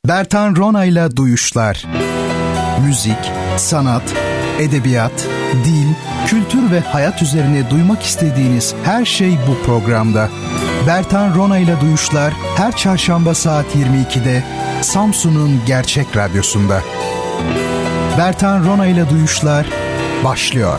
Bertan Rona'yla Duyuşlar. Müzik, sanat, edebiyat, dil, kültür ve hayat üzerine duymak istediğiniz her şey bu programda. Bertan Rona'yla Duyuşlar her çarşamba saat 22'de Samsun'un Gerçek Radyosu'nda. Bertan Rona'yla Duyuşlar başlıyor.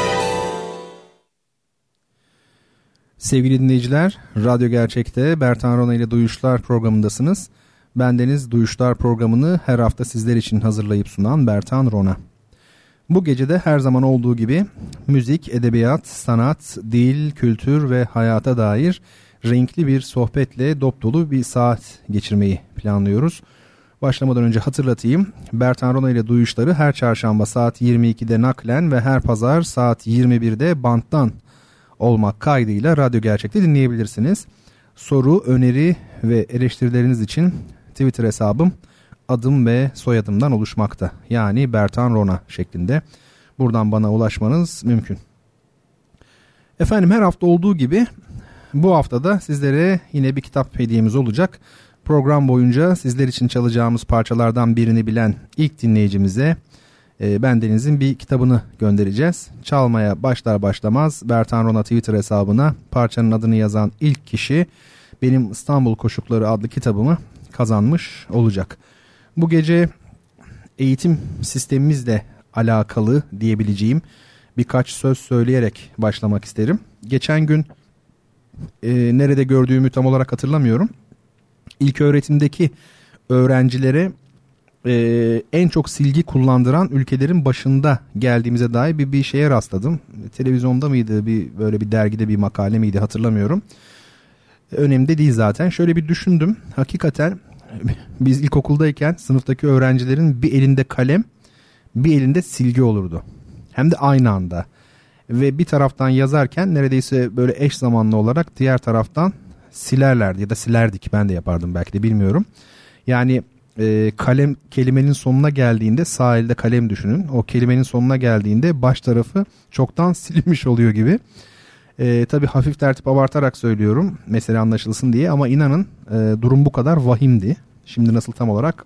Sevgili dinleyiciler, Radyo Gerçek'te Bertan Rona ile Duyuşlar programındasınız. Bendeniz Duyuşlar programını her hafta sizler için hazırlayıp sunan Bertan Rona. Bu gece de her zaman olduğu gibi müzik, edebiyat, sanat, dil, kültür ve hayata dair renkli bir sohbetle dop dolu bir saat geçirmeyi planlıyoruz. Başlamadan önce hatırlatayım. Bertan Rona ile Duyuşları her çarşamba saat 22'de naklen ve her pazar saat 21'de banttan olmak kaydıyla Radyo Gerçek'te dinleyebilirsiniz. Soru, öneri ve eleştirileriniz için Twitter hesabım adım ve soyadımdan oluşmakta. Yani Bertan Rona şeklinde. Buradan bana ulaşmanız mümkün. Efendim, her hafta olduğu gibi bu hafta da sizlere yine bir kitap hediyemiz olacak. Program boyunca sizler için çalacağımız parçalardan birini bilen ilk dinleyicimize bendenizin bir kitabını göndereceğiz. Çalmaya başlar başlamaz Bertan Rona Twitter hesabına parçanın adını yazan ilk kişi benim İstanbul Koşukları adlı kitabımı kazanmış olacak. Bu gece eğitim sistemimizle alakalı diyebileceğim birkaç söz söyleyerek başlamak isterim. Geçen gün nerede gördüğümü tam olarak hatırlamıyorum. İlköğretimdeki öğrencilere en çok silgi kullandıran ülkelerin başında geldiğimize dair bir şeye rastladım. Televizyonda mıydı, böyle bir dergide bir makale miydi hatırlamıyorum. Önemli de değil zaten. Şöyle bir düşündüm. Hakikaten biz ilkokuldayken sınıftaki öğrencilerin bir elinde kalem, bir elinde silgi olurdu. Hem de aynı anda. Ve bir taraftan yazarken neredeyse böyle eş zamanlı olarak diğer taraftan silerlerdi ya da silerdik. Ben de yapardım belki de, bilmiyorum. Yani kalem kelimenin sonuna geldiğinde, sağ elde kalem düşünün. O kelimenin sonuna geldiğinde baş tarafı çoktan silinmiş oluyor gibi. Tabii hafif tertip abartarak söylüyorum mesela anlaşılsın diye, ama inanın durum bu kadar vahimdi. Şimdi nasıl tam olarak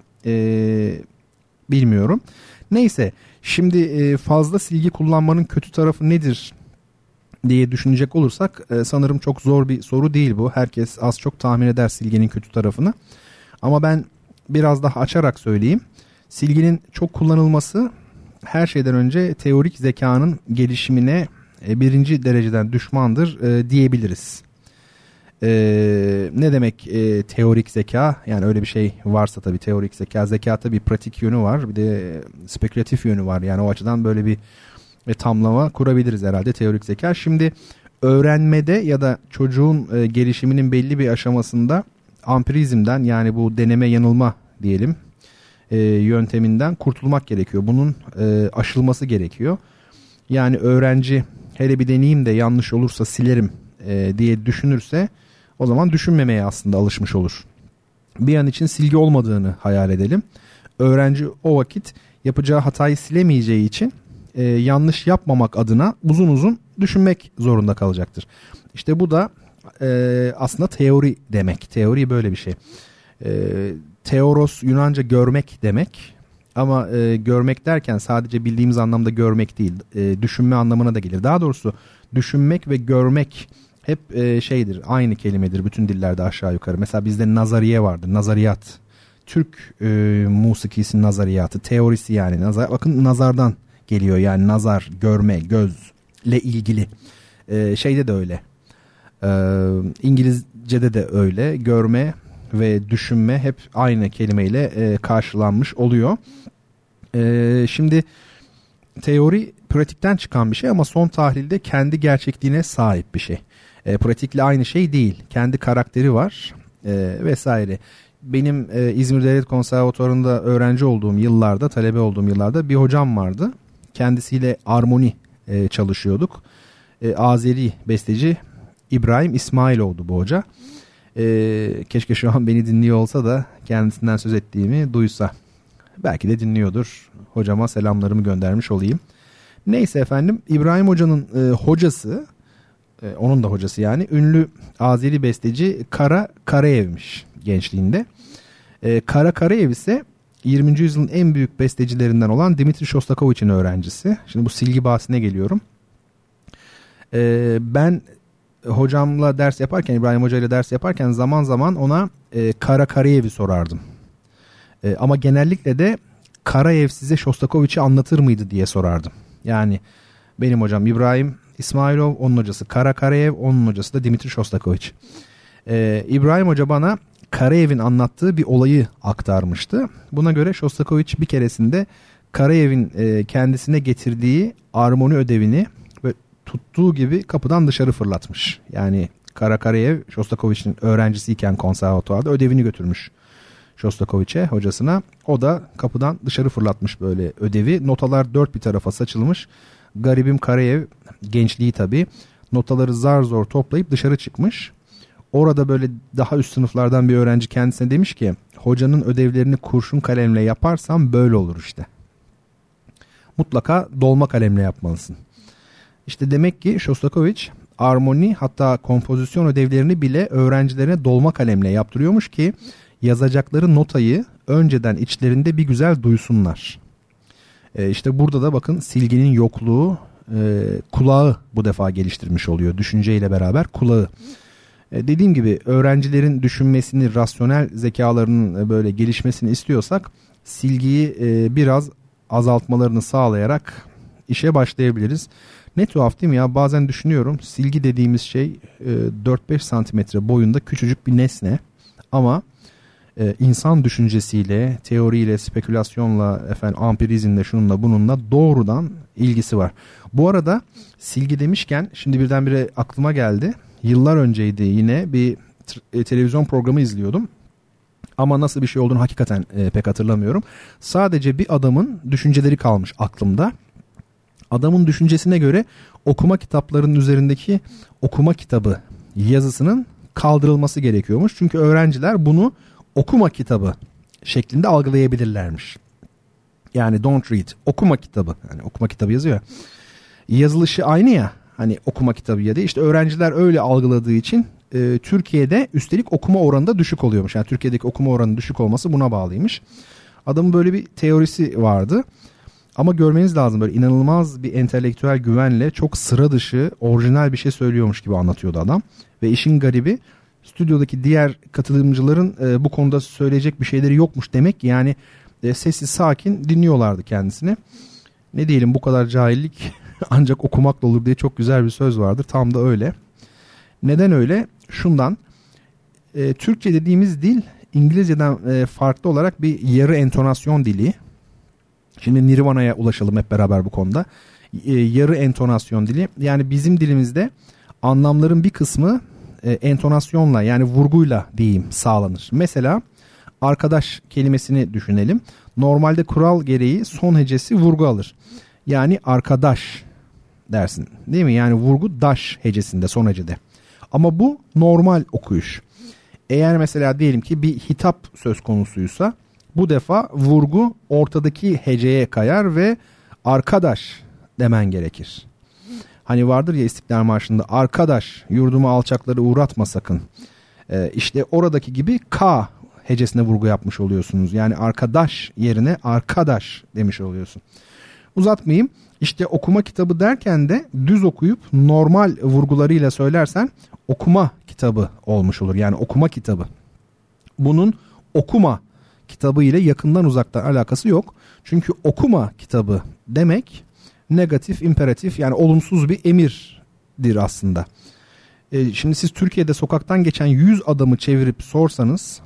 bilmiyorum. Neyse, şimdi fazla silgi kullanmanın kötü tarafı nedir diye düşünecek olursak sanırım çok zor bir soru değil bu. Herkes az çok tahmin eder silginin kötü tarafını. Ama ben biraz daha açarak söyleyeyim. Silginin çok kullanılması her şeyden önce teorik zekanın gelişimine birinci dereceden düşmandır diyebiliriz. Ne demek teorik zeka? Yani öyle bir şey varsa tabii teorik zeka. Zekata bir pratik yönü var, bir de spekülatif yönü var. Yani o açıdan böyle bir tamlama kurabiliriz herhalde teorik zeka. Şimdi öğrenmede ya da çocuğun gelişiminin belli bir aşamasında ampirizmden, yani bu deneme yanılma diyelim yönteminden kurtulmak gerekiyor. Bunun aşılması gerekiyor. Yani öğrenci hele bir deneyeyim de yanlış olursa silerim diye düşünürse o zaman düşünmemeye aslında alışmış olur. Bir an için silgi olmadığını hayal edelim. Öğrenci o vakit yapacağı hatayı silemeyeceği için yanlış yapmamak adına uzun uzun düşünmek zorunda kalacaktır. İşte bu da aslında teori demek. Teori böyle bir şey. Teoros Yunanca görmek demek. Ama görmek derken sadece bildiğimiz anlamda görmek değil, düşünme anlamına da gelir. Daha doğrusu düşünmek ve görmek hep şeydir, aynı kelimedir bütün dillerde aşağı yukarı. Mesela bizde nazariye vardır, nazariyat. Türk musikisi nazariyatı, teorisi yani. Bakın nazardan geliyor, yani nazar, görme, gözle ilgili. Şeyde de öyle. İngilizce'de de öyle. Görme ve düşünme hep aynı kelimeyle karşılanmış oluyor. Şimdi teori pratikten çıkan bir şey ama son tahlilde kendi gerçekliğine sahip bir şey. Pratikle aynı şey değil. Kendi karakteri var vesaire. Benim İzmir Devlet Konservatuvarı'nda öğrenci olduğum yıllarda, talebe olduğum yıllarda bir hocam vardı. Kendisiyle armoni çalışıyorduk. Azeri besteci İbrahim İsmailoğlu bu hoca. Keşke şu an beni dinliyor olsa da kendisinden söz ettiğimi duysa. Belki de dinliyordur. Hocama selamlarımı göndermiş olayım. Neyse efendim, İbrahim Hoca'nın hocası, onun da hocası yani, ünlü Azeri besteci Kara Karayev'miş gençliğinde. Kara Karayev ise 20. yüzyılın en büyük bestecilerinden olan Dimitri Shostakovich'in öğrencisi. Şimdi bu silgi bahsine geliyorum. Ben hocamla ders yaparken, İbrahim Hoca ile ders yaparken zaman zaman ona Kara Karayev'i sorardım. Ama genellikle de Karayev size Shostakovich'i anlatır mıydı diye sorardım. Yani benim hocam İbrahim İsmailov, onun hocası Kara Karayev, onun hocası da Dimitri Shostakovich. İbrahim Hoca bana Karayev'in anlattığı bir olayı aktarmıştı. Buna göre Shostakovich bir keresinde Karayev'in kendisine getirdiği armoni ödevini ve tuttuğu gibi kapıdan dışarı fırlatmış. Yani Kara Karayev Shostakovich'in öğrencisiyken konservatuvarda ödevini götürmüş Shostakovich'e, hocasına. O da kapıdan dışarı fırlatmış böyle ödevi. Notalar dört bir tarafa saçılmış. Garibim Karayev, gençliği tabii, notaları zar zor toplayıp dışarı çıkmış. Orada böyle daha üst sınıflardan bir öğrenci kendisine demiş ki, hocanın ödevlerini kurşun kalemle yaparsam böyle olur işte. Mutlaka dolma kalemle yapmalısın. İşte demek ki Shostakovich armoni, hatta kompozisyon ödevlerini bile öğrencilerine dolma kalemle yaptırıyormuş ki yazacakları notayı önceden içlerinde bir güzel duysunlar. İşte burada da bakın silginin yokluğu kulağı bu defa geliştirmiş oluyor. Düşünceyle beraber kulağı. Dediğim gibi öğrencilerin düşünmesini, rasyonel zekalarının böyle gelişmesini istiyorsak sanatçıyı biraz azaltmalarını sağlayarak işe başlayabiliriz. Ne tuhaf değil mi ya? Bazen düşünüyorum, silgi dediğimiz şey 4-5 santimetre boyunda küçücük bir nesne ama insan düşüncesiyle, teoriyle, spekülasyonla, ampirizmle, şununla bununla doğrudan ilgisi var. Bu arada silgi demişken şimdi birdenbire aklıma geldi. Yıllar önceydi, yine bir televizyon programı izliyordum. Ama nasıl bir şey olduğunu hakikaten pek hatırlamıyorum. Sadece bir adamın düşünceleri kalmış aklımda. Adamın düşüncesine göre okuma kitaplarının üzerindeki okuma kitabı yazısının kaldırılması gerekiyormuş. Çünkü öğrenciler bunu okuma kitabı şeklinde algılayabilirlermiş. Yani don't read, okuma kitabı. Yani okuma kitabı yazıyor. Yazılışı aynı ya, hani okuma kitabı ya da işte öğrenciler öyle algıladığı için Türkiye'de üstelik okuma oranı da düşük oluyormuş. Yani Türkiye'deki okuma oranı düşük olması buna bağlıymış. Adamın böyle bir teorisi vardı. Ama görmeniz lazım, böyle inanılmaz bir entelektüel güvenle çok sıra dışı, orijinal bir şey söylüyormuş gibi anlatıyordu adam. Ve işin garibi, stüdyodaki diğer katılımcıların bu konuda söyleyecek bir şeyleri yokmuş demek ki. Yani sessiz sakin dinliyorlardı kendisini. Ne diyelim, bu kadar cahillik ancak okumakla olur diye çok güzel bir söz vardır. Tam da öyle. Neden öyle? Şundan, Türkçe dediğimiz dil İngilizceden farklı olarak bir yarı entonasyon dili. Şimdi Nirvana'ya ulaşalım hep beraber bu konuda. Yarı entonasyon dili. Yani bizim dilimizde anlamların bir kısmı entonasyonla, yani vurguyla diyeyim sağlanır. Mesela arkadaş kelimesini düşünelim. Normalde kural gereği son hecesi vurgu alır. Yani arkadaş dersin, değil mi? Yani vurgu daş hecesinde, son hecede. Ama bu normal okuyuş. Eğer mesela diyelim ki bir hitap söz konusuysa bu defa vurgu ortadaki heceye kayar ve arkadaş demen gerekir. Hani vardır ya İstiklal Marşı'nda, arkadaş yurdumu alçakları uğratma sakın. İşte oradaki gibi K hecesine vurgu yapmış oluyorsunuz. Yani arkadaş yerine arkadaş demiş oluyorsun. Uzatmayayım. İşte okuma kitabı derken de düz okuyup normal vurgularıyla söylersen okuma kitabı olmuş olur. Yani okuma kitabı. Bunun okuma kitabı ile yakından uzaktan alakası yok. Çünkü okuma kitabı demek negatif, imperatif, yani olumsuz bir emirdir aslında. Şimdi siz Türkiye'de sokaktan geçen 100 adamı çevirip sorsanız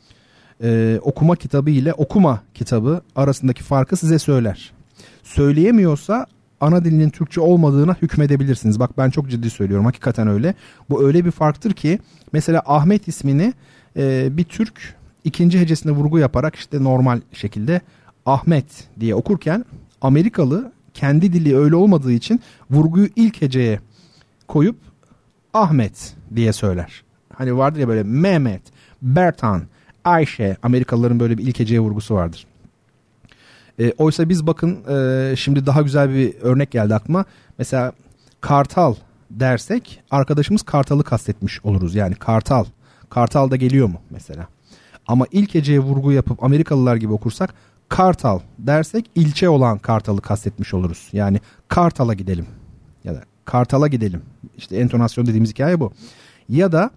okuma kitabı ile okuma kitabı arasındaki farkı size söyler. Söyleyemiyorsa ana dilinin Türkçe olmadığına hükmedebilirsiniz. Bak, ben çok ciddi söylüyorum, hakikaten öyle. Bu öyle bir farktır ki mesela Ahmet ismini bir Türk ikinci hecesine vurgu yaparak işte normal şekilde Ahmet diye okurken Amerikalı kendi dili öyle olmadığı için vurguyu ilk heceye koyup Ahmet diye söyler. Hani vardır ya böyle Mehmet, Bertan, Ayşe, Amerikalıların böyle bir ilk heceye vurgusu vardır. Oysa biz bakın şimdi daha güzel bir örnek geldi aklıma. Mesela kartal dersek arkadaşımız kartalı kastetmiş oluruz. Yani kartal. Kartal da geliyor mu mesela? Ama ilk heceye vurgu yapıp Amerikalılar gibi okursak Kartal dersek ilçe olan Kartal'ı kastetmiş oluruz. Yani Kartal'a gidelim ya da Kartal'a gidelim. İşte entonasyon dediğimiz hikaye bu. Ya da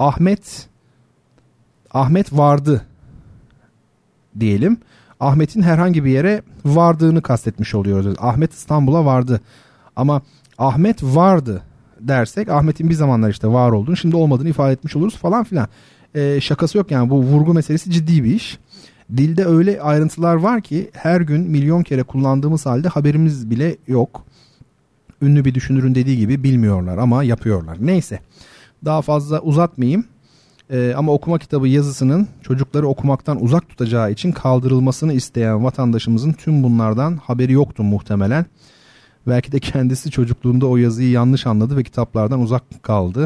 Ahmet vardı diyelim. Ahmet'in herhangi bir yere vardığını kastetmiş oluyoruz. Ahmet İstanbul'a vardı. Ama Ahmet vardı dersek Ahmet'in bir zamanlar işte var olduğunu, şimdi olmadığını ifade etmiş oluruz falan filan. Şakası yok yani, bu vurgu meselesi ciddi bir iş. Dilde öyle ayrıntılar var ki her gün milyon kere kullandığımız halde haberimiz bile yok. Ünlü bir düşünürün dediği gibi bilmiyorlar ama yapıyorlar. Neyse, daha fazla uzatmayayım. Ama okuma kitabı yazısının çocukları okumaktan uzak tutacağı için kaldırılmasını isteyen vatandaşımızın tüm bunlardan haberi yoktu muhtemelen. Belki de kendisi çocukluğunda o yazıyı yanlış anladı ve kitaplardan uzak kaldı.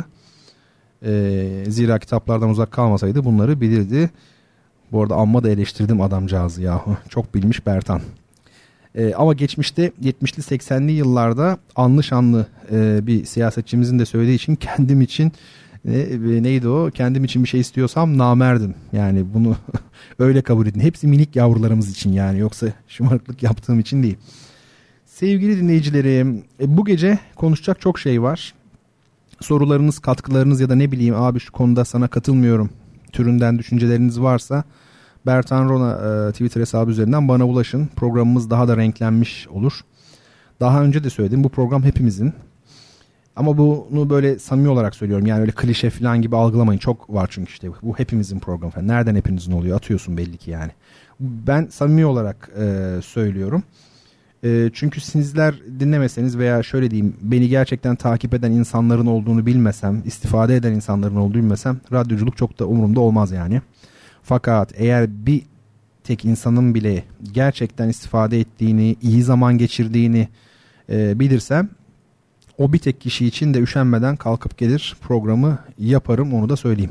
Zira kitaplardan uzak kalmasaydı bunları bilirdi. Bu arada amma da eleştirdim adamcağızı yahu. Çok bilmiş Bertan. Ama geçmişte 70'li 80'li yıllarda anlı şanlı bir siyasetçimizin de söylediği için kendim için neydi o? Kendim için bir şey istiyorsam namerdim. Yani bunu öyle kabul edin. Hepsi minik yavrularımız için yani. Yoksa şımarıklık yaptığım için değil. Sevgili dinleyicilerim, bu gece konuşacak çok şey var. Sorularınız, katkılarınız ya da ne bileyim abi şu konuda sana katılmıyorum türünden düşünceleriniz varsa Bertan Rona Twitter hesabı üzerinden bana ulaşın. Programımız daha da renklenmiş olur. Daha önce de söyledim, bu program hepimizin. Ama bunu böyle samimi olarak söylüyorum. Yani öyle klişe falan gibi algılamayın. Çok var çünkü işte bu hepimizin programı falan. Nereden hepinizin oluyor? Atıyorsun belli ki yani. Ben samimi olarak söylüyorum. Çünkü sizler dinlemeseniz veya şöyle diyeyim, beni gerçekten takip eden insanların olduğunu bilmesem, istifade eden insanların olduğunu bilmesem radyoculuk çok da umurumda olmaz yani. Fakat eğer bir tek insanın bile gerçekten istifade ettiğini, iyi zaman geçirdiğini bilirsem, o bir tek kişi için de üşenmeden kalkıp gelir programı yaparım, onu da söyleyeyim.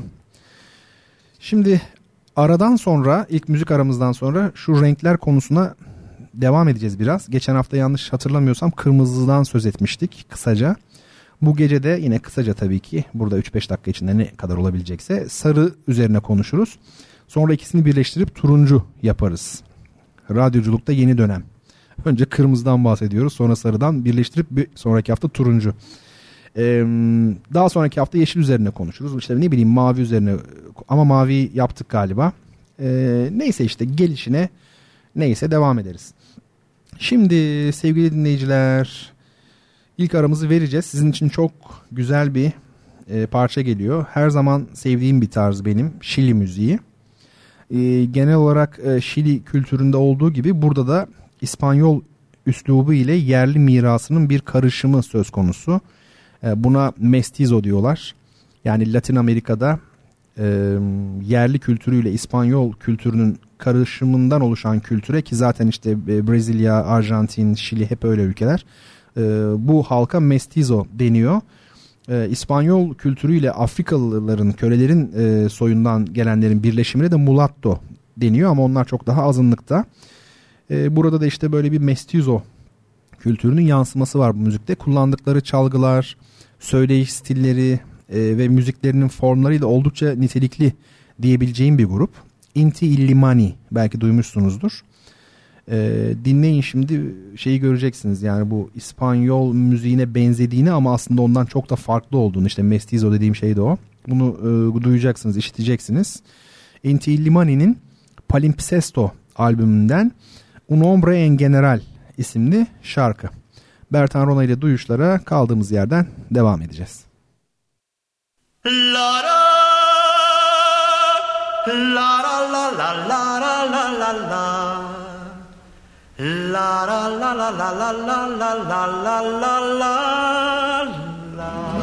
Şimdi aradan sonra, ilk müzik aramızdan sonra şu renkler konusuna devam edeceğiz biraz. Geçen hafta yanlış hatırlamıyorsam kırmızıdan söz etmiştik kısaca. Bu gece de yine kısaca tabii ki, burada 3-5 dakika içinde ne kadar olabilecekse sarı üzerine konuşuruz. Sonra ikisini birleştirip turuncu yaparız. Radyoculukta yeni dönem. Önce kırmızıdan bahsediyoruz, sonra sarıdan birleştirip bir sonraki hafta turuncu. Daha sonraki hafta yeşil üzerine konuşuruz. İşte ne bileyim mavi üzerine, ama mavi yaptık galiba. Neyse işte gelişine neyse devam ederiz. Şimdi sevgili dinleyiciler, ilk aramızı vereceğiz. Sizin için çok güzel bir parça geliyor. Her zaman sevdiğim bir tarz benim, Şili müziği. Genel olarak Şili kültüründe olduğu gibi burada da İspanyol üslubu ile yerli mirasının bir karışımı söz konusu. Buna mestizo diyorlar. Yani Latin Amerika'da yerli kültürüyle İspanyol kültürünün karışımından oluşan kültüre, ki zaten işte Brezilya, Arjantin, Şili hep öyle ülkeler. Bu halka mestizo deniyor. İspanyol kültürüyle Afrikalıların, kölelerin soyundan gelenlerin birleşimine de mulatto deniyor ama onlar çok daha azınlıkta. Burada da işte böyle bir mestizo kültürünün yansıması var bu müzikte. Kullandıkları çalgılar, söyleyiş stilleri ve müziklerinin formlarıyla oldukça nitelikli diyebileceğim bir grup. Inti Illimani, belki duymuşsunuzdur. Dinleyin şimdi, şeyi göreceksiniz yani, bu İspanyol müziğine benzediğini ama aslında ondan çok da farklı olduğunu, işte mestizo dediğim şey de o. Bunu duyacaksınız, işiteceksiniz. Inti Illimani'nin Palimpsesto albümünden Un Hombre en General isimli şarkı. Bertan Rona ile duyuşlara kaldığımız yerden devam edeceğiz. La la la la la la la la la la la la la la la la la la la la.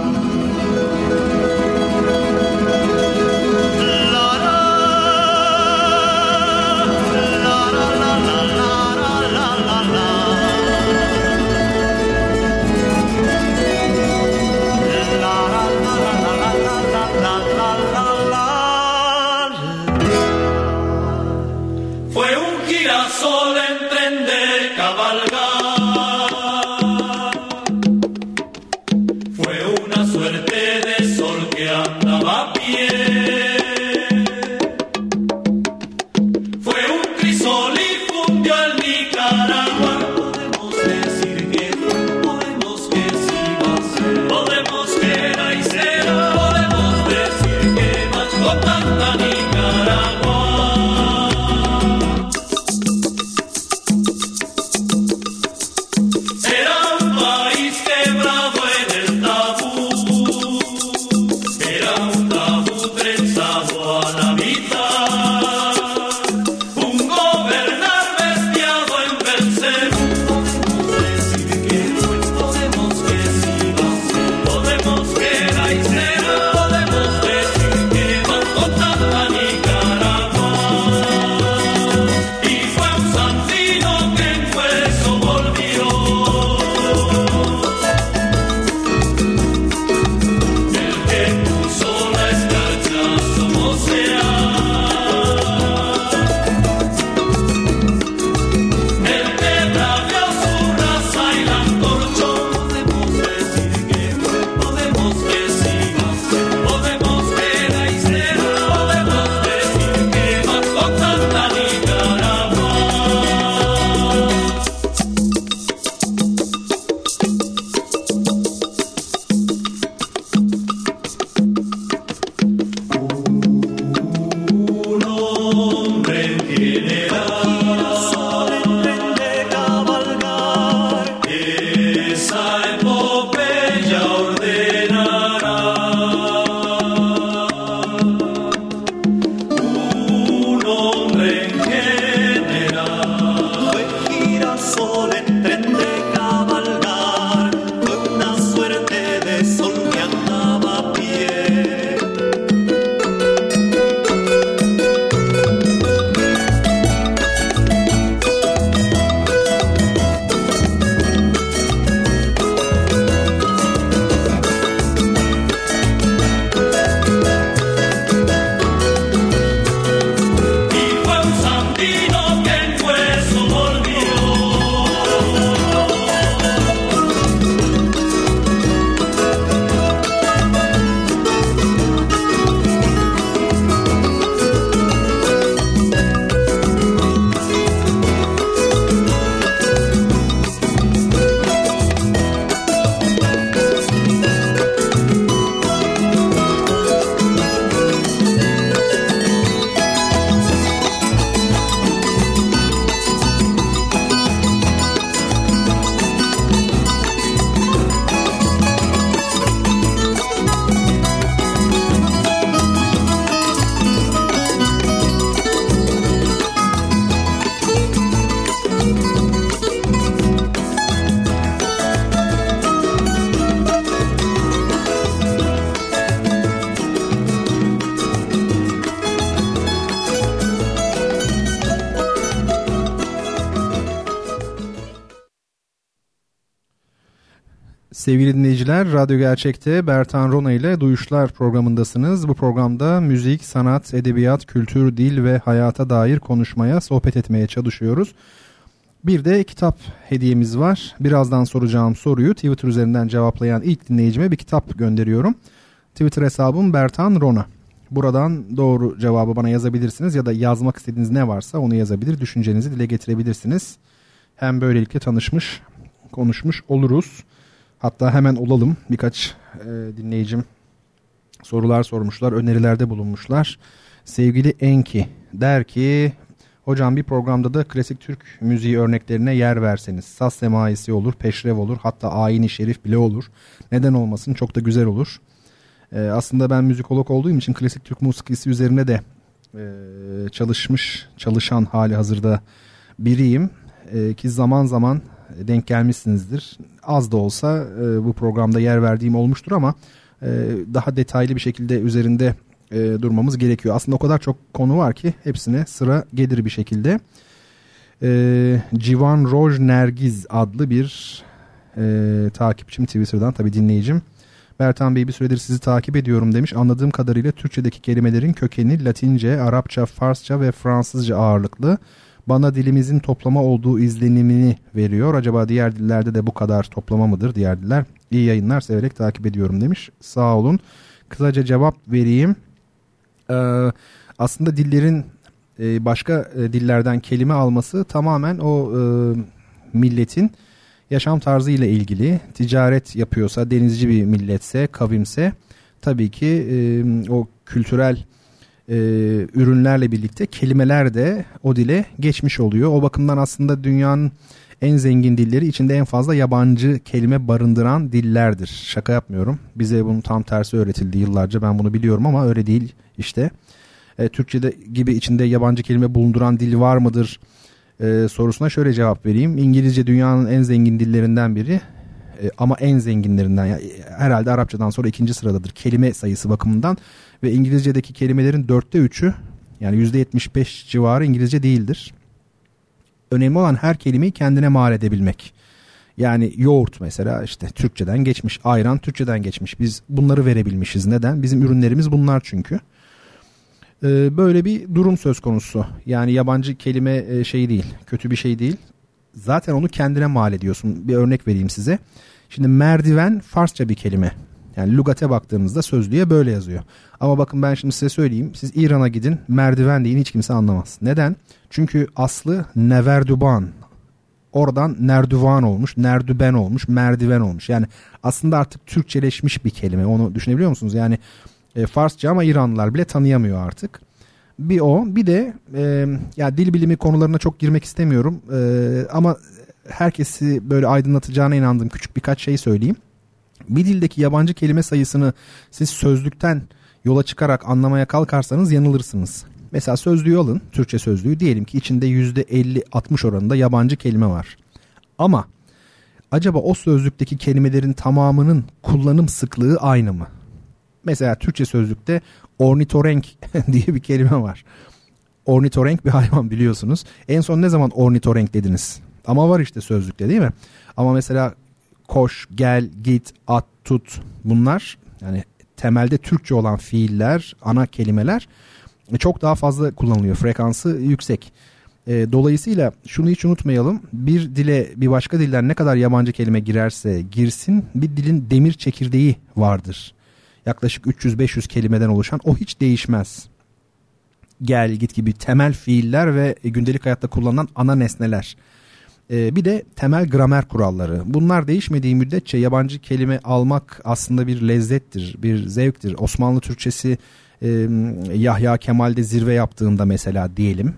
Sevgili dinleyiciler, Radyo Gerçek'te Bertan Rona ile Duyuşlar programındasınız. Bu programda müzik, sanat, edebiyat, kültür, dil ve hayata dair konuşmaya, sohbet etmeye çalışıyoruz. Bir de kitap hediyemiz var. Birazdan soracağım soruyu Twitter üzerinden cevaplayan ilk dinleyicime bir kitap gönderiyorum. Twitter hesabım Bertan Rona. Buradan doğru cevabı bana yazabilirsiniz ya da yazmak istediğiniz ne varsa onu yazabilir, düşüncenizi dile getirebilirsiniz. Hem böylelikle tanışmış, konuşmuş oluruz. Hatta hemen olalım. Birkaç dinleyicim sorular sormuşlar, önerilerde bulunmuşlar. Sevgili Enki der ki, hocam bir programda da klasik Türk müziği örneklerine yer verseniz. Saz semaisi olur, peşrev olur, hatta ayin-i şerif bile olur. Neden olmasın, çok da güzel olur. Aslında ben müzikolog olduğum için klasik Türk musikisi üzerine de çalışan hali hazırda biriyim. Ki zaman zaman denk gelmişsinizdir. Az da olsa bu programda yer verdiğim olmuştur ama daha detaylı bir şekilde üzerinde durmamız gerekiyor. Aslında o kadar çok konu var ki hepsine sıra gelir bir şekilde. Civan Roj Nergiz adlı bir takipçim Twitter'dan, tabii dinleyicim. Bertan Bey, bir süredir sizi takip ediyorum demiş. Anladığım kadarıyla Türkçedeki kelimelerin kökeni Latince, Arapça, Farsça ve Fransızca ağırlıklı. Bana dilimizin toplama olduğu izlenimini veriyor. Acaba diğer dillerde de bu kadar toplama mıdır diğer diller? İyi yayınlar, severek takip ediyorum demiş. Sağ olun. Kısaca cevap vereyim. Aslında dillerin başka dillerden kelime alması tamamen o milletin yaşam tarzı ile ilgili. Ticaret yapıyorsa, denizci bir milletse, kavimse tabii ki o kültürel ürünlerle birlikte kelimeler de o dile geçmiş oluyor. O bakımdan aslında dünyanın en zengin dilleri içinde en fazla yabancı kelime barındıran dillerdir. Şaka yapmıyorum. Bize bunun tam tersi öğretildi yıllarca. Ben bunu biliyorum ama öyle değil işte. Türkçe'de gibi içinde yabancı kelime bulunduran dil var mıdır sorusuna şöyle cevap vereyim. İngilizce dünyanın en zengin dillerinden biri. Ama en zenginlerinden, yani herhalde Arapçadan sonra ikinci sıradadır kelime sayısı bakımından ve İngilizce'deki kelimelerin 3'ü, yani %75 civarı İngilizce değildir. Önemli olan her kelimeyi kendine mal edebilmek. Yani yoğurt mesela işte Türkçeden geçmiş, ayran Türkçeden geçmiş. Biz bunları verebilmişiz. Neden? Bizim ürünlerimiz bunlar çünkü. Böyle bir durum söz konusu. Yani yabancı kelime şey değil, kötü bir şey değil. Zaten onu kendine mal ediyorsun. Bir örnek vereyim size. Şimdi merdiven Farsça bir kelime. Yani lügate baktığımızda sözlüğe böyle yazıyor. Ama bakın ben şimdi size söyleyeyim. Siz İran'a gidin, merdiven deyin, hiç kimse anlamaz. Neden? Çünkü aslı neverduban. Oradan nerduvan olmuş, nerdüben olmuş, merdiven olmuş. Yani aslında artık Türkçeleşmiş bir kelime. Onu düşünebiliyor musunuz? Yani Farsça ama İranlılar bile tanıyamıyor artık. Bir o, bir de ya dil bilimi konularına çok girmek istemiyorum ama herkesi böyle aydınlatacağına inandığım küçük birkaç şey söyleyeyim. Bir dildeki yabancı kelime sayısını siz sözlükten yola çıkarak anlamaya kalkarsanız yanılırsınız. Mesela sözlüğü alın, Türkçe sözlüğü, diyelim ki içinde %50-60 oranında yabancı kelime var. Ama acaba o sözlükteki kelimelerin tamamının kullanım sıklığı aynı mı? Mesela Türkçe sözlükte ornitorenk diye bir kelime var. Ornitorenk bir hayvan, biliyorsunuz. En son ne zaman ornitorenk dediniz? Ama var işte sözlükte, değil mi? Ama mesela koş, gel, git, at, tut, bunlar yani temelde Türkçe olan fiiller, ana kelimeler çok daha fazla kullanılıyor. Frekansı yüksek. Dolayısıyla şunu hiç unutmayalım. Bir dile bir başka dilden ne kadar yabancı kelime girerse girsin, bir dilin demir çekirdeği vardır. Yaklaşık 300-500 kelimeden oluşan, o hiç değişmez. Gel, git gibi temel fiiller ve gündelik hayatta kullanılan ana nesneler. Bir de temel gramer kuralları. Bunlar değişmediği müddetçe yabancı kelime almak aslında bir lezzettir, bir zevktir. Osmanlı Türkçesi Yahya Kemal'de zirve yaptığında mesela diyelim,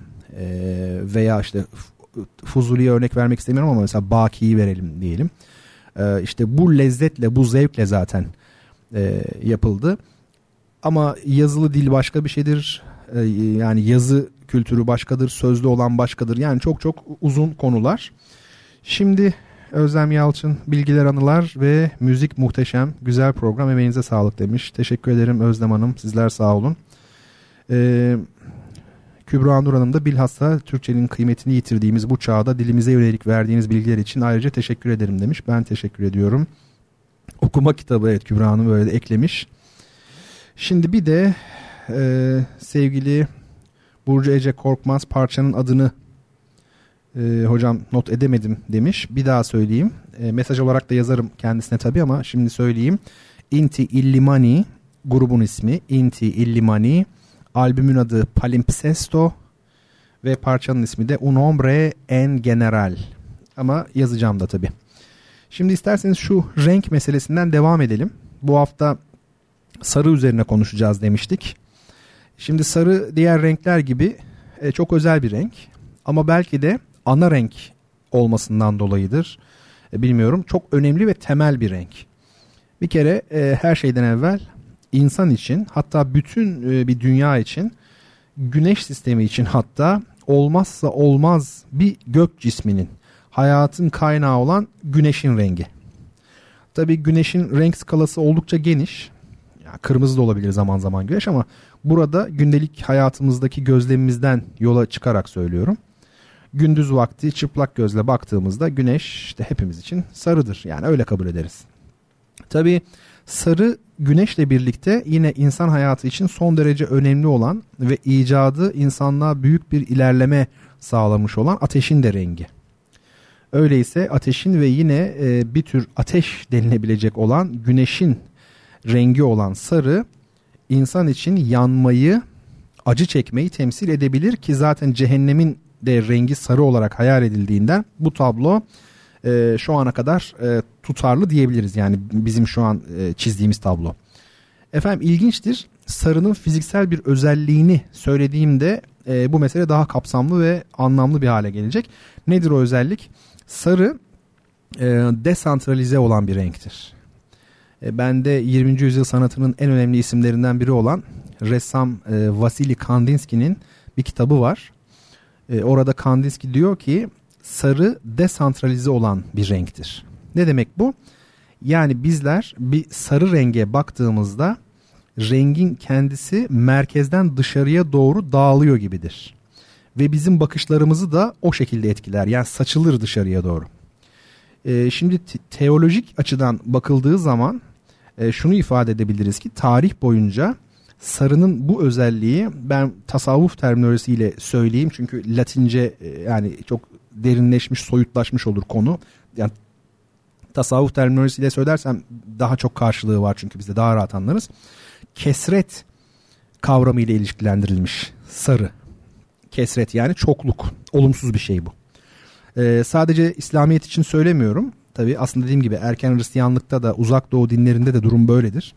veya işte Fuzuli'ye örnek vermek istemiyorum ama mesela Baki'yi verelim diyelim. İşte bu lezzetle, bu zevkle zaten yapıldı. Ama yazılı dil başka bir şeydir. Yani yazı kültürü başkadır, sözlü olan başkadır. Yani çok çok uzun konular. Şimdi Özlem Yalçın, bilgiler, anılar ve müzik muhteşem. Güzel program, emeğinize sağlık demiş. Teşekkür ederim Özlem Hanım. Sizler sağ olun. Kübra Nur Hanım da bilhassa Türkçenin kıymetini yitirdiğimiz bu çağda dilimize yönelik verdiğiniz bilgiler için ayrıca teşekkür ederim demiş. Ben teşekkür ediyorum. okuma kitabı, evet, Kübra Hanım böyle de eklemiş. Şimdi bir de sevgili Burcu Ece Korkmaz parçanın adını hocam not edemedim demiş. Bir daha söyleyeyim. Mesaj olarak da yazarım kendisine tabii ama şimdi söyleyeyim. Inti Illimani grubun ismi. Inti Illimani. Albümün adı Palimpsesto ve parçanın ismi de Un Hombre en General. Ama yazacağım da tabii. Şimdi isterseniz şu renk meselesinden devam edelim. Bu hafta sarı üzerine konuşacağız demiştik. Şimdi sarı diğer renkler gibi çok özel bir renk. Ama belki de ana renk olmasından dolayıdır. Bilmiyorum. Çok önemli ve temel bir renk. Bir kere her şeyden evvel insan için, hatta bütün bir dünya için, güneş sistemi için hatta olmazsa olmaz bir gök cisminin, hayatın kaynağı olan güneşin rengi. Tabii güneşin renk skalası oldukça geniş. Yani kırmızı da olabilir zaman zaman güneş ama burada gündelik hayatımızdaki gözlemimizden yola çıkarak söylüyorum. Gündüz vakti çıplak gözle baktığımızda güneş işte hepimiz için sarıdır. Yani öyle kabul ederiz. Tabii sarı güneşle birlikte yine insan hayatı için son derece önemli olan ve icadı insanlığa büyük bir ilerleme sağlamış olan ateşin de rengi. Öyleyse ateşin ve yine bir tür ateş denilebilecek olan güneşin rengi olan sarı insan için yanmayı, acı çekmeyi temsil edebilir ki zaten cehennemin de rengi sarı olarak hayal edildiğinden bu tablo şu ana kadar tutarlı diyebiliriz. Yani bizim şu an çizdiğimiz tablo. Efendim ilginçtir. Sarının fiziksel bir özelliğini söylediğimde bu mesele daha kapsamlı ve anlamlı bir hale gelecek. Nedir o özellik? Sarı desantralize olan bir renktir. Ben de 20. yüzyıl sanatının en önemli isimlerinden biri olan ressam Vasily Kandinsky'nin bir kitabı var. Orada Kandinsky diyor ki sarı desantralize olan bir renktir. Ne demek bu? Yani bizler bir sarı renge baktığımızda rengin kendisi merkezden dışarıya doğru dağılıyor gibidir. Ve bizim bakışlarımızı da o şekilde etkiler. Yani saçılır dışarıya doğru. Şimdi teolojik açıdan bakıldığı zaman şunu ifade edebiliriz ki tarih boyunca sarının bu özelliği, ben tasavvuf terminolojisiyle söyleyeyim çünkü Latince yani çok derinleşmiş, soyutlaşmış olur konu. Yani tasavvuf terminolojisiyle söylersem daha çok karşılığı var çünkü biz de daha rahat anlarız. Kesret kavramı ile ilişkilendirilmiş sarı. Kesret yani çokluk. Olumsuz bir şey bu. Sadece İslamiyet için söylemiyorum. Tabii aslında dediğim gibi erken Hristiyanlıkta da uzak doğu dinlerinde de durum böyledir.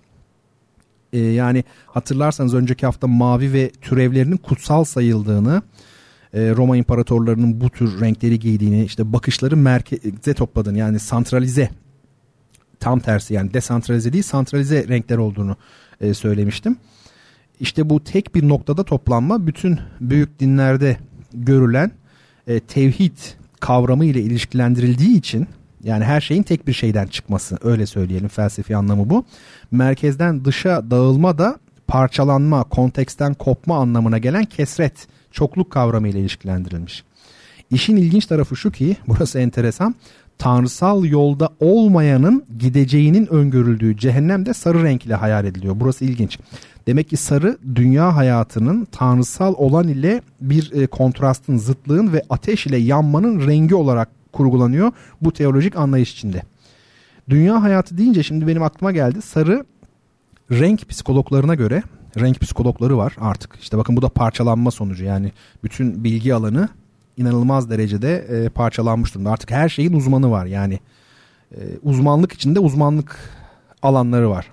Yani hatırlarsanız önceki hafta mavi ve türevlerinin kutsal sayıldığını, Roma imparatorlarının bu tür renkleri giydiğini, işte bakışları merkeze topladığını, yani santralize, tam tersi yani desantralize değil santralize renkler olduğunu söylemiştim. İşte bu tek bir noktada toplanma bütün büyük dinlerde görülen tevhid kavramı ile ilişkilendirildiği için, yani her şeyin tek bir şeyden çıkması, öyle söyleyelim, felsefi anlamı bu. Merkezden dışa dağılma da parçalanma, konteksten kopma anlamına gelen kesret, çokluk kavramı ile ilişkilendirilmiş. İşin ilginç tarafı şu ki, burası enteresan, tanrısal yolda olmayanın gideceğinin öngörüldüğü cehennem de sarı renk ile hayal ediliyor. Burası ilginç. Demek ki sarı dünya hayatının tanrısal olan ile bir kontrastın, zıtlığın ve ateş ile yanmanın rengi olarak kurgulanıyor bu teolojik anlayış içinde. Dünya hayatı deyince şimdi benim aklıma geldi. Sarı renk psikologlarına göre, renk psikologları var artık. İşte bakın bu da parçalanma sonucu, yani bütün bilgi alanı inanılmaz derecede parçalanmış durumda. Artık her şeyin uzmanı var, yani uzmanlık içinde uzmanlık alanları var.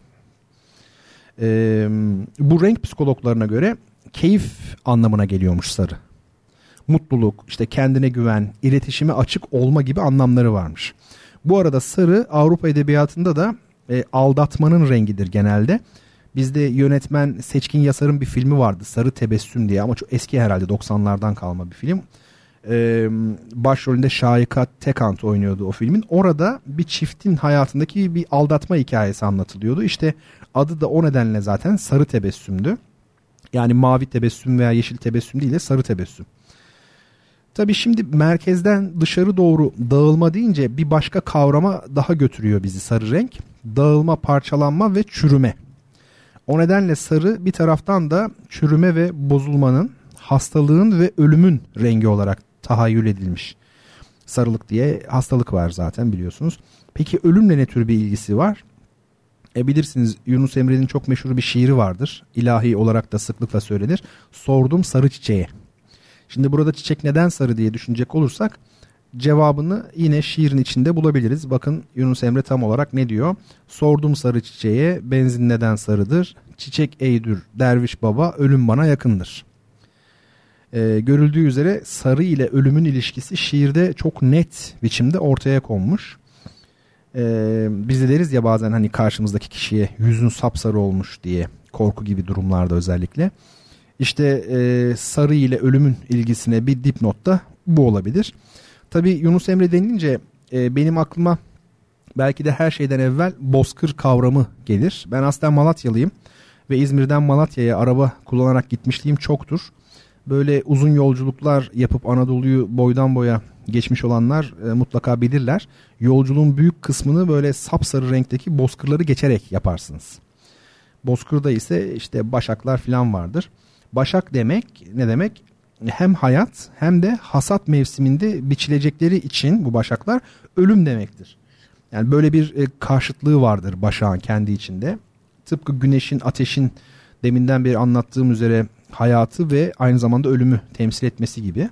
Bu renk psikologlarına göre keyif anlamına geliyormuş sarı. Mutluluk, işte kendine güven, iletişime açık olma gibi anlamları varmış. Bu arada sarı Avrupa edebiyatında da aldatmanın rengidir genelde. Bizde yönetmen Seçkin Yasar'ın bir filmi vardı, Sarı Tebessüm diye, ama çok eski, herhalde 90'lardan kalma bir film. Başrolünde Şahika Tekant oynuyordu o filmin. Orada bir çiftin hayatındaki bir aldatma hikayesi anlatılıyordu. İşte adı da o nedenle zaten Sarı Tebessüm'dü. Yani mavi tebessüm veya yeşil tebessüm değil de sarı tebessüm. Tabii şimdi merkezden dışarı doğru dağılma deyince bir başka kavrama daha götürüyor bizi sarı renk. Dağılma, parçalanma ve çürüme. O nedenle sarı bir taraftan da çürüme ve bozulmanın, hastalığın ve ölümün rengi olarak tahayyül edilmiş. Sarılık diye hastalık var zaten biliyorsunuz. Peki ölümle ne tür bir ilgisi var? Bilirsiniz Yunus Emre'nin çok meşhur bir şiiri vardır. İlahi olarak da sıklıkla söylenir. Sordum sarı çiçeğe. Şimdi burada çiçek neden sarı diye düşünecek olursak cevabını yine şiirin içinde bulabiliriz. Bakın Yunus Emre tam olarak ne diyor? Sordum sarı çiçeğe benzin neden sarıdır? Çiçek eydür derviş baba ölüm bana yakındır. Görüldüğü üzere sarı ile ölümün ilişkisi şiirde çok net biçimde ortaya konmuş. Biz de deriz ya bazen hani karşımızdaki kişiye yüzün sapsarı olmuş diye, korku gibi durumlarda özellikle. İşte sarı ile ölümün ilgisine bir dipnot da bu olabilir. Tabii Yunus Emre denilince benim aklıma belki de her şeyden evvel bozkır kavramı gelir. Ben aslen Malatyalıyım ve İzmir'den Malatya'ya araba kullanarak gitmişliğim çoktur. Böyle uzun yolculuklar yapıp Anadolu'yu boydan boya geçmiş olanlar mutlaka bilirler. Yolculuğun büyük kısmını böyle sapsarı renkteki bozkırları geçerek yaparsınız. Bozkırda ise işte başaklar falan vardır. Başak demek ne demek? Hem hayat hem de hasat mevsiminde biçilecekleri için bu başaklar ölüm demektir. Yani böyle bir karşıtlığı vardır başağın kendi içinde. Tıpkı güneşin, ateşin deminden beri anlattığım üzere hayatı ve aynı zamanda ölümü temsil etmesi gibi.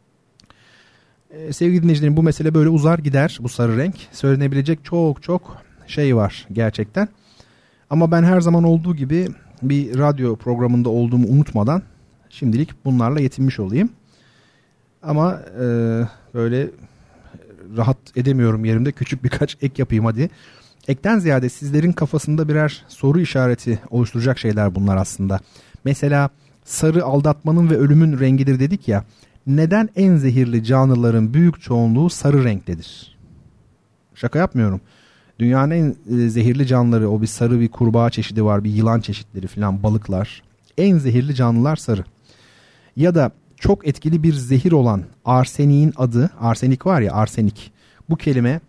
Sevgili dinleyicilerim, bu mesele böyle uzar gider, bu sarı renk. Söylenebilecek çok şey var gerçekten. Ama ben her zaman olduğu gibi bir radyo programında olduğumu unutmadan şimdilik bunlarla yetinmiş olayım. Ama böyle rahat edemiyorum yerimde, küçük birkaç ek yapayım hadi. Ekten ziyade sizlerin kafasında birer soru işareti oluşturacak şeyler bunlar aslında. Mesela sarı aldatmanın ve ölümün rengidir dedik ya. Neden en zehirli canlıların büyük çoğunluğu sarı renktedir? Şaka yapmıyorum. Dünyanın en zehirli canlıları, o bir sarı bir kurbağa çeşidi var, bir yılan çeşitleri falan, balıklar. En zehirli canlılar sarı. Ya da çok etkili bir zehir olan arseniğin adı, arsenik var ya, arsenik. Bu kelime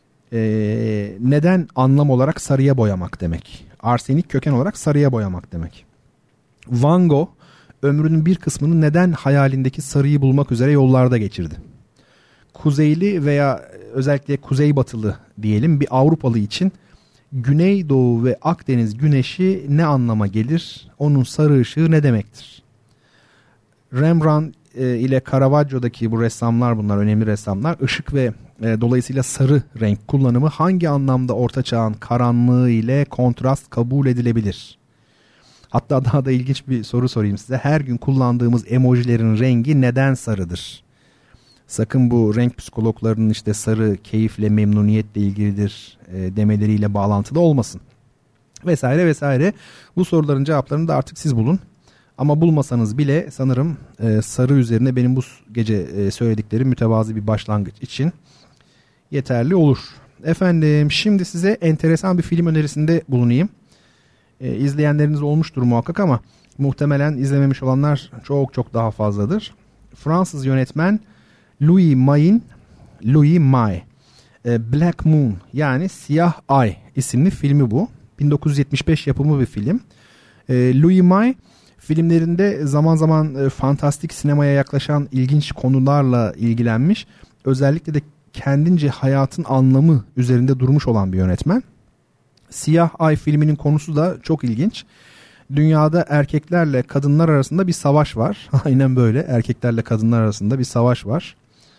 neden anlam olarak sarıya boyamak demek. Arsenik köken olarak sarıya boyamak demek. Van Gogh ömrünün bir kısmını neden hayalindeki sarıyı bulmak üzere yollarda geçirdi? Kuzeyli veya özellikle kuzeybatılı diyelim bir Avrupalı için Güneydoğu ve Akdeniz güneşi ne anlama gelir? Onun sarı ışığı ne demektir? Rembrandt ile Caravaggio'daki bu ressamlar, bunlar önemli ressamlar. Işık ve dolayısıyla sarı renk kullanımı hangi anlamda Orta Çağ'ın karanlığı ile kontrast kabul edilebilir? Hatta daha da ilginç bir soru sorayım size. Her gün kullandığımız emojilerin rengi neden sarıdır? Sakın bu renk psikologlarının işte sarı keyifle, memnuniyetle ilgilidir demeleriyle bağlantılı olmasın. Vesaire vesaire. Bu soruların cevaplarını da artık siz bulun. Ama bulmasanız bile sanırım sarı üzerine benim bu gece söylediklerim mütevazı bir başlangıç için yeterli olur. Efendim, şimdi size enteresan bir film önerisinde bulunayım. İzleyenleriniz olmuştur muhakkak ama muhtemelen izlememiş olanlar çok daha fazladır. Fransız yönetmen Louis Malle, Black Moon yani Siyah Ay isimli filmi bu. 1975 yapımı bir film. Louis Malle filmlerinde zaman zaman fantastik sinemaya yaklaşan ilginç konularla ilgilenmiş. Özellikle de kendince hayatın anlamı üzerinde durmuş olan bir yönetmen. Siyah Ay filminin konusu da çok ilginç. Dünyada erkeklerle kadınlar arasında bir savaş var. Aynen böyle, erkeklerle kadınlar arasında bir savaş var.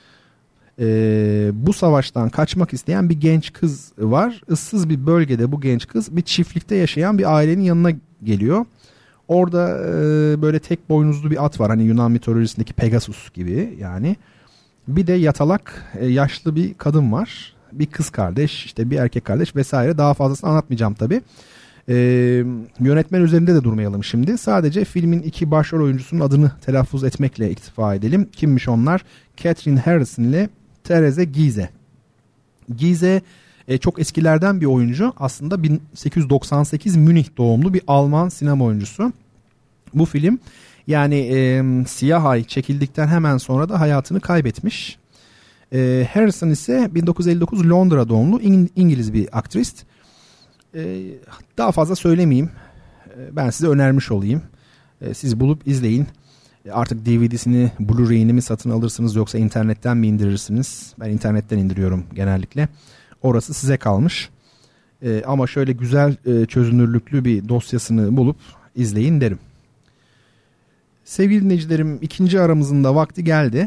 Bu savaştan kaçmak isteyen bir genç kız var. Issız bir bölgede bu genç kız bir çiftlikte yaşayan bir ailenin yanına geliyor. Orada böyle tek boynuzlu bir at var. Hani Yunan mitolojisindeki Pegasus gibi yani. Bir de yatalak yaşlı bir kadın var. Bir kız kardeş, işte bir erkek kardeş vesaire. Daha fazlasını anlatmayacağım tabii. Yönetmen üzerinde de durmayalım şimdi. Sadece filmin iki başrol oyuncusunun adını telaffuz etmekle iktifa edelim. Kimmiş onlar? Catherine Harrison ile Therese Giehse. Giehse çok eskilerden bir oyuncu. Aslında 1898 Münih doğumlu bir Alman sinema oyuncusu. Bu film Yani Siyah Ay çekildikten hemen sonra da hayatını kaybetmiş. Harrison ise 1959 Londra doğumlu İngiliz bir aktrist. Daha fazla söylemeyeyim. Ben size önermiş olayım. Siz bulup izleyin. Artık DVD'sini, Blu-ray'ini mi satın alırsınız yoksa internetten mi indirirsiniz? Ben internetten indiriyorum genellikle. Orası size kalmış. Ama şöyle güzel çözünürlüklü bir dosyasını bulup izleyin derim. Sevgili dinleyicilerim, ikinci aramızın da vakti geldi.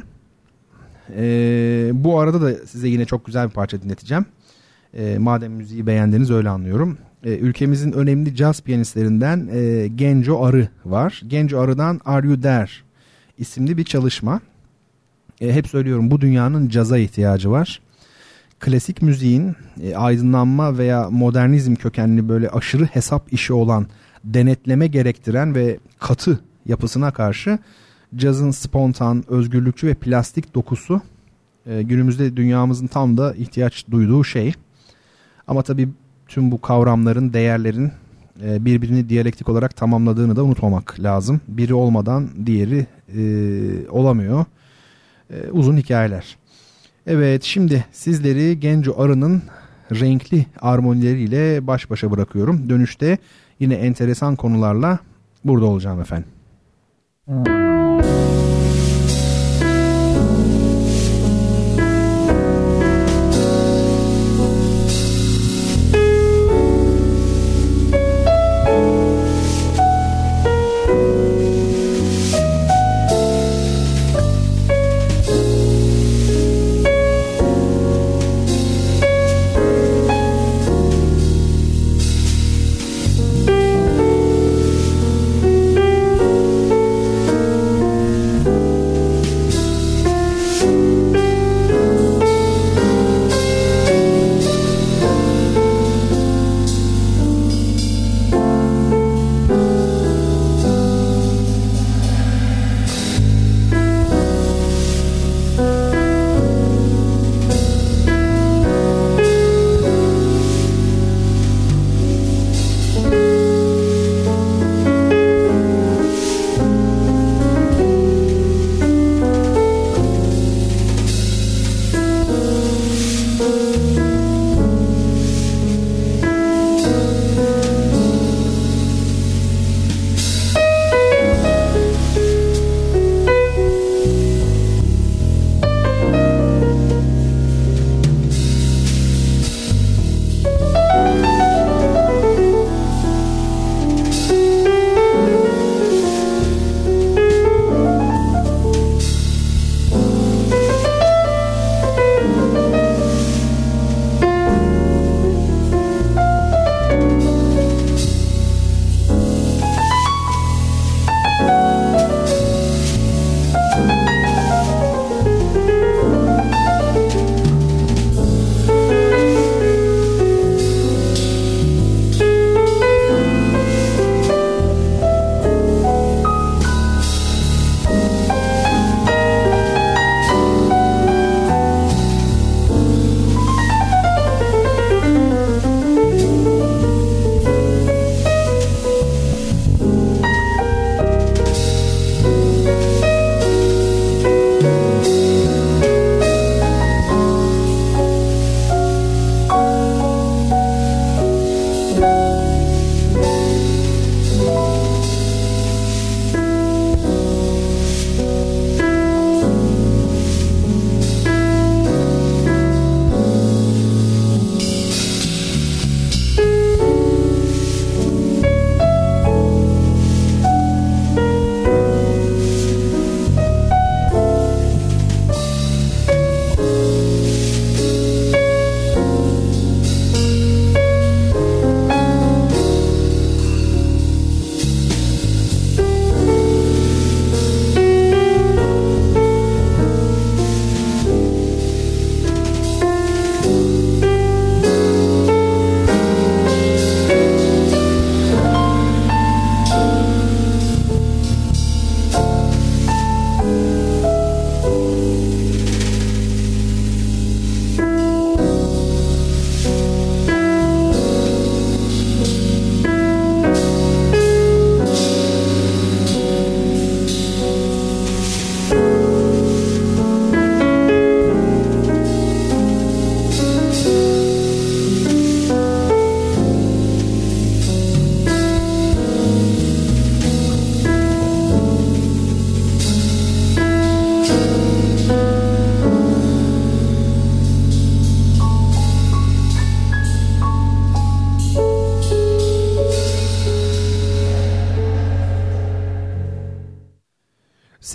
Bu arada da size yine çok güzel bir parça dinleteceğim. Madem müziği beğendiniz, öyle anlıyorum. Ülkemizin önemli caz piyanistlerinden Genco Arı var. Genco Arı'dan Are You There isimli bir çalışma. Hep söylüyorum, bu dünyanın caza ihtiyacı var. Klasik müziğin aydınlanma veya modernizm kökenli böyle aşırı hesap işi olan, denetleme gerektiren ve katı yapısına karşı cazın spontan, özgürlükçü ve plastik dokusu günümüzde dünyamızın tam da ihtiyaç duyduğu şey. Ama tabii tüm bu kavramların, değerlerin birbirini diyalektik olarak tamamladığını da unutmamak lazım. Biri olmadan diğeri olamıyor. Uzun hikayeler. Evet, şimdi sizleri Genco Arı'nın renkli armonileriyle baş başa bırakıyorum. Dönüşte yine enteresan konularla burada olacağım efendim.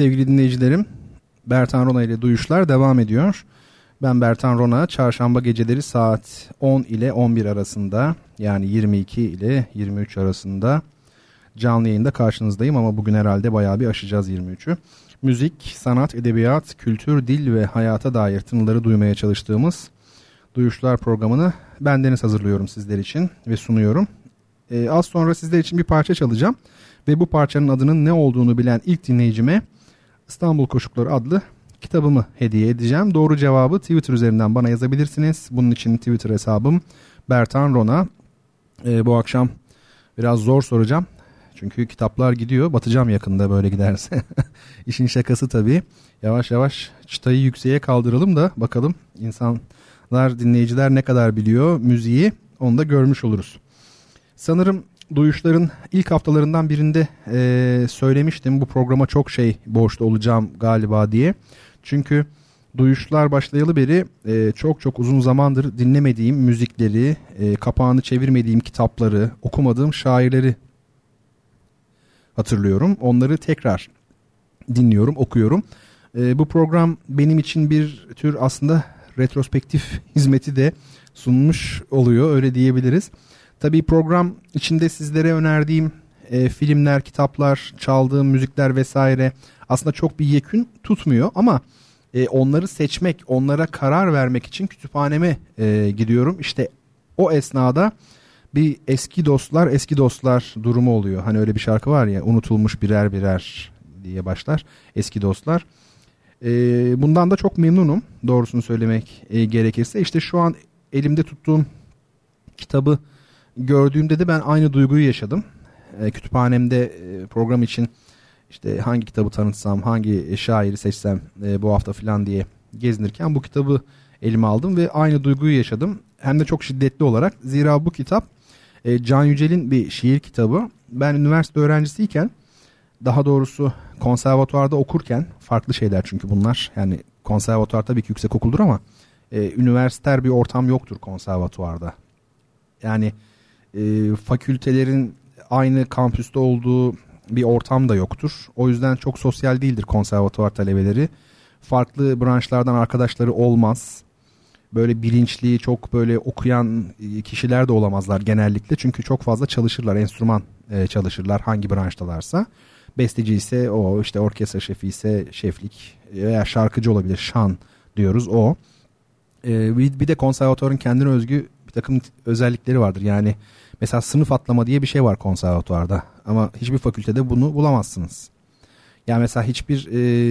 sevgili dinleyicilerim. Bertan Rona ile Duyuşlar devam ediyor. Ben Bertan Rona. Çarşamba geceleri saat 10 ile 11 arasında, yani 22 ile 23 arasında canlı yayında karşınızdayım ama bugün herhalde bayağı bir aşacağız 23'ü. Müzik, sanat, edebiyat, kültür, dil ve hayata dair tınıları duymaya çalıştığımız Duyuşlar programını bendeniz hazırlıyorum sizler için ve sunuyorum. Az sonra sizler için bir parça çalacağım ve bu parçanın adının ne olduğunu bilen ilk dinleyicime İstanbul Koşukları adlı kitabımı hediye edeceğim. Doğru cevabı Twitter üzerinden bana yazabilirsiniz. Bunun için Twitter hesabım Bertan Rona. Bu akşam biraz zor soracağım. Çünkü kitaplar gidiyor. Batacağım yakında böyle giderse. İşin şakası tabii. Yavaş yavaş çıtayı yükseğe kaldıralım da bakalım insanlar, dinleyiciler ne kadar biliyor müziği, onu da görmüş oluruz. Sanırım Duyuşların ilk haftalarından birinde söylemiştim bu programa çok şey borçlu olacağım galiba diye. Çünkü Duyuşlar başlayalı beri çok uzun zamandır dinlemediğim müzikleri, kapağını çevirmediğim kitapları, okumadığım şairleri hatırlıyorum. Onları tekrar dinliyorum, okuyorum. Bu program benim için bir tür aslında retrospektif hizmeti de sunmuş oluyor, öyle diyebiliriz. Tabii program içinde sizlere önerdiğim filmler, kitaplar, çaldığım müzikler vesaire aslında çok bir yekün tutmuyor ama onları seçmek, onlara karar vermek için kütüphaneme gidiyorum. İşte o esnada bir eski dostlar durumu oluyor. Hani öyle bir şarkı var ya, unutulmuş birer birer diye başlar eski dostlar. Bundan da çok memnunum doğrusunu söylemek gerekirse. İşte şu an elimde tuttuğum kitabı gördüğümde de ben aynı duyguyu yaşadım. Kütüphanemde program için işte hangi kitabı tanıtsam, hangi şairi seçsem bu hafta falan diye gezinirken bu kitabı elime aldım ve aynı duyguyu yaşadım. Hem de çok şiddetli olarak. Zira bu kitap Can Yücel'in bir şiir kitabı. Ben üniversite öğrencisiyken, daha doğrusu konservatuvarda okurken, farklı şeyler çünkü bunlar. Yani konservatuvar tabii ki yüksek okuldur ama üniversiter bir ortam yoktur konservatuvarda. Yani fakültelerin aynı kampüste olduğu bir ortam da yoktur. O yüzden çok sosyal değildir konservatuvar talebeleri. Farklı branşlardan arkadaşları olmaz. Böyle bilinçli, çok böyle okuyan kişiler de olamazlar genellikle. Çünkü çok fazla çalışırlar, enstrüman çalışırlar hangi branştalarsa. Besteci ise o, işte orkestra şefi ise şeflik veya şarkıcı olabilir, şan diyoruz o. Bir de konservatuvarın kendine özgü bir takım özellikleri vardır. Yani mesela sınıf atlama diye bir şey var konservatuvarda ama hiçbir fakültede bunu bulamazsınız. Yani mesela hiçbir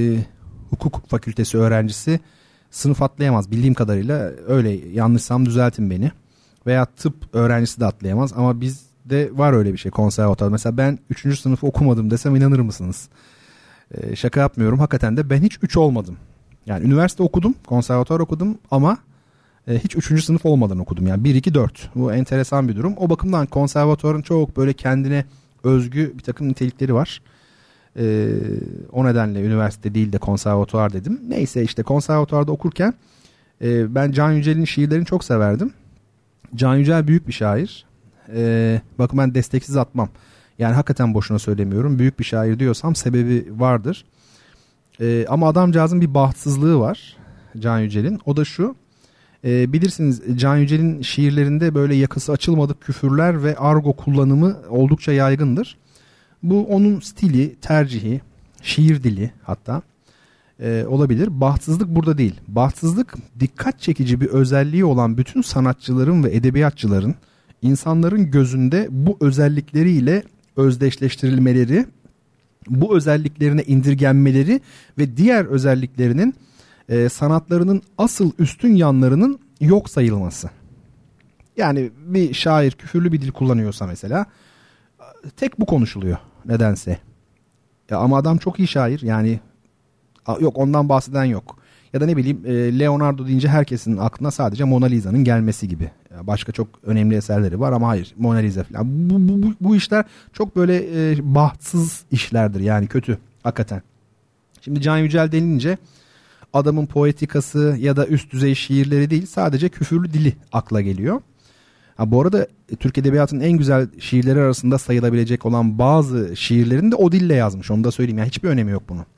hukuk fakültesi öğrencisi sınıf atlayamaz bildiğim kadarıyla, öyle, yanlışsam düzeltin beni. Veya tıp öğrencisi de atlayamaz ama bizde var öyle bir şey konservatuvar. Mesela ben 3. sınıfı okumadım desem inanır mısınız? Şaka yapmıyorum, hakikaten de ben hiç 3 olmadım. Yani üniversite okudum, konservatuvar okudum ama hiç 3. sınıf olmadan okudum. Yani 1, 2, 4. Bu enteresan bir durum. O bakımdan konservatuvarın çok böyle kendine özgü bir takım nitelikleri var. O nedenle üniversite değil de konservatuvar dedim. Neyse, işte konservatuvarda okurken ben Can Yücel'in şiirlerini çok severdim. Can Yücel büyük bir şair. Bakın ben desteksiz atmam. Yani hakikaten boşuna söylemiyorum. Büyük bir şair diyorsam sebebi vardır. Ama adamcağızın bir bahtsızlığı var Can Yücel'in. O da şu. Bilirsiniz Can Yücel'in şiirlerinde böyle yakası açılmadık küfürler ve argo kullanımı oldukça yaygındır. Bu onun stili, tercihi, şiir dili hatta olabilir. Bahtsızlık burada değil. Bahtsızlık dikkat çekici bir özelliği olan bütün sanatçıların ve edebiyatçıların insanların gözünde bu özellikleriyle özdeşleştirilmeleri, bu özelliklerine indirgenmeleri ve diğer özelliklerinin sanatlarının asıl üstün yanlarının yok sayılması. Yani bir şair küfürlü bir dil kullanıyorsa mesela tek bu konuşuluyor nedense. Ya ama adam çok iyi şair, yani yok, ondan bahseden yok. Ya da ne bileyim Leonardo deyince herkesin aklına sadece Mona Lisa'nın gelmesi gibi. Ya başka çok önemli eserleri var ama hayır, Mona Lisa falan. Bu işler çok böyle bahtsız işlerdir, yani kötü hakikaten. Şimdi Can Yücel denilince adamın poetikası ya da üst düzey şiirleri değil, sadece küfürlü dili akla geliyor. Ha, bu arada Türk Edebiyatı'nın en güzel şiirleri arasında sayılabilecek olan bazı şiirlerini de o dille yazmış. Onu da söyleyeyim. Yani hiçbir önemi yok bunun.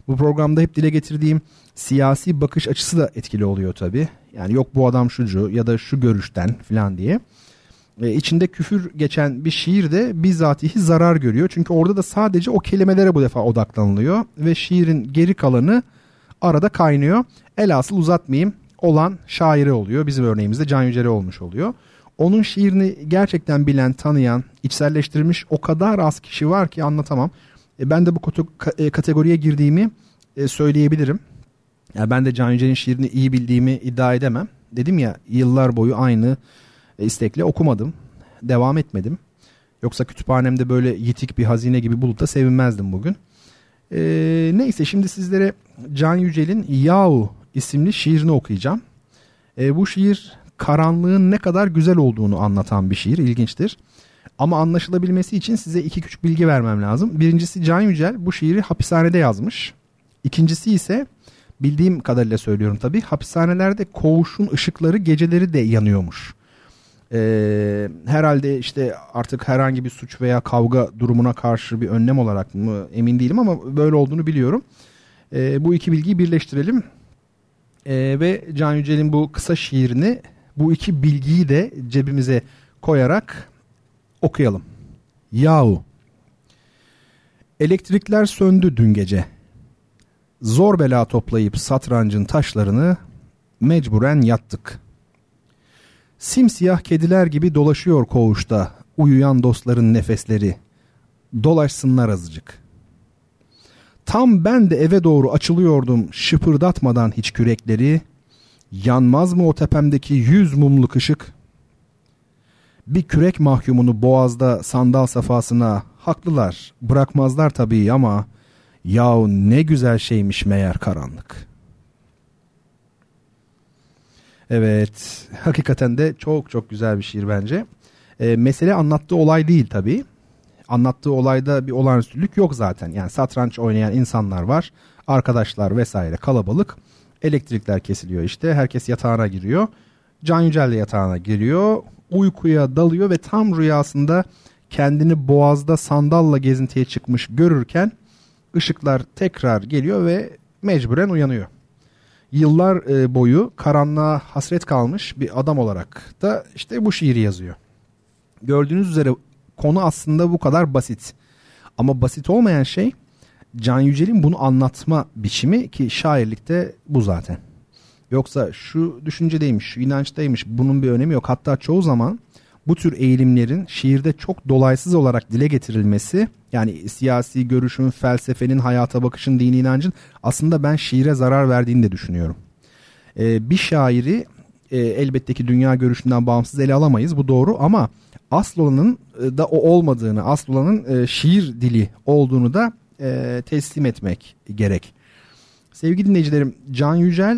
Bu programda hep dile getirdiğim siyasi bakış açısı da etkili oluyor tabii. Yani yok bu adam şucu ya da şu görüşten falan diye. İçinde küfür geçen bir şiir de bizatihi zarar görüyor. Çünkü orada da sadece o kelimelere bu defa odaklanılıyor. Ve şiirin geri kalanı arada kaynıyor. Elhasıl uzatmayayım, olan şairi oluyor. Bizim örneğimizde Can Yücel'e olmuş oluyor. Onun şiirini gerçekten bilen, tanıyan, içselleştirmiş o kadar az kişi var ki anlatamam. Ben de bu kategoriye girdiğimi söyleyebilirim. Yani ben de Can Yücel'in şiirini iyi bildiğimi iddia edemem. Dedim ya, yıllar boyu aynı istekle okumadım. Devam etmedim. Yoksa kütüphanemde böyle yitik bir hazine gibi bulup da sevinmezdim bugün. Neyse, şimdi sizlere Can Yücel'in Yahu isimli şiirini okuyacağım. Bu şiir karanlığın ne kadar güzel olduğunu anlatan bir şiir. İlginçtir. Ama anlaşılabilmesi için size iki küçük bilgi vermem lazım. Birincisi, Can Yücel bu şiiri hapishanede yazmış. İkincisi ise, bildiğim kadarıyla söylüyorum tabii, hapishanelerde koğuşun ışıkları geceleri de yanıyormuş. Herhalde işte artık herhangi bir suç veya kavga durumuna karşı bir önlem olarak mı emin değilim ama böyle olduğunu biliyorum. Bu iki bilgiyi birleştirelim. Ve Can Yücel'in bu kısa şiirini, bu iki bilgiyi de cebimize koyarak okuyalım. Yahu. Elektrikler söndü dün gece. Zor bela toplayıp satrancın taşlarını mecburen yattık. Simsiyah kediler gibi dolaşıyor koğuşta uyuyan dostların nefesleri. Dolaşsınlar azıcık. Tam ben de eve doğru açılıyordum şıpırdatmadan hiç kürekleri. Yanmaz mı o tepemdeki 100 mumluk ışık? Bir kürek mahkumunu boğazda sandal safhasına, haklılar, bırakmazlar tabii ama yahu ne güzel şeymiş meğer karanlık. Evet, hakikaten de çok çok güzel bir şiir bence. Mesele anlattığı olay değil tabii. Anlattığı olayda bir olağanüstülük yok zaten. Yani satranç oynayan insanlar var, arkadaşlar vesaire, kalabalık. Elektrikler kesiliyor işte, herkes yatağına giriyor. Can Yücel de yatağına giriyor, uykuya dalıyor ve tam rüyasında kendini boğazda sandalla gezintiye çıkmış görürken ışıklar tekrar geliyor ve mecburen uyanıyor. Yıllar boyu karanlığa hasret kalmış bir adam olarak da işte bu şiiri yazıyor. Gördüğünüz üzere konu aslında bu kadar basit. Ama basit olmayan şey Can Yücel'in bunu anlatma biçimi, ki şairlikte bu zaten. Yoksa şu düşüncedeymiş, şu inançtaymış, bunun bir önemi yok. Hatta çoğu zaman bu tür eğilimlerin şiirde çok dolaysız olarak dile getirilmesi, yani siyasi görüşün, felsefenin, hayata bakışın, dini inancın aslında ben şiire zarar verdiğini de düşünüyorum. Bir şairi elbette ki dünya görüşünden bağımsız ele alamayız, bu doğru, ama asıl olanın da o olmadığını, asıl olanın şiir dili olduğunu da teslim etmek gerek. Sevgili dinleyicilerim, Can Yücel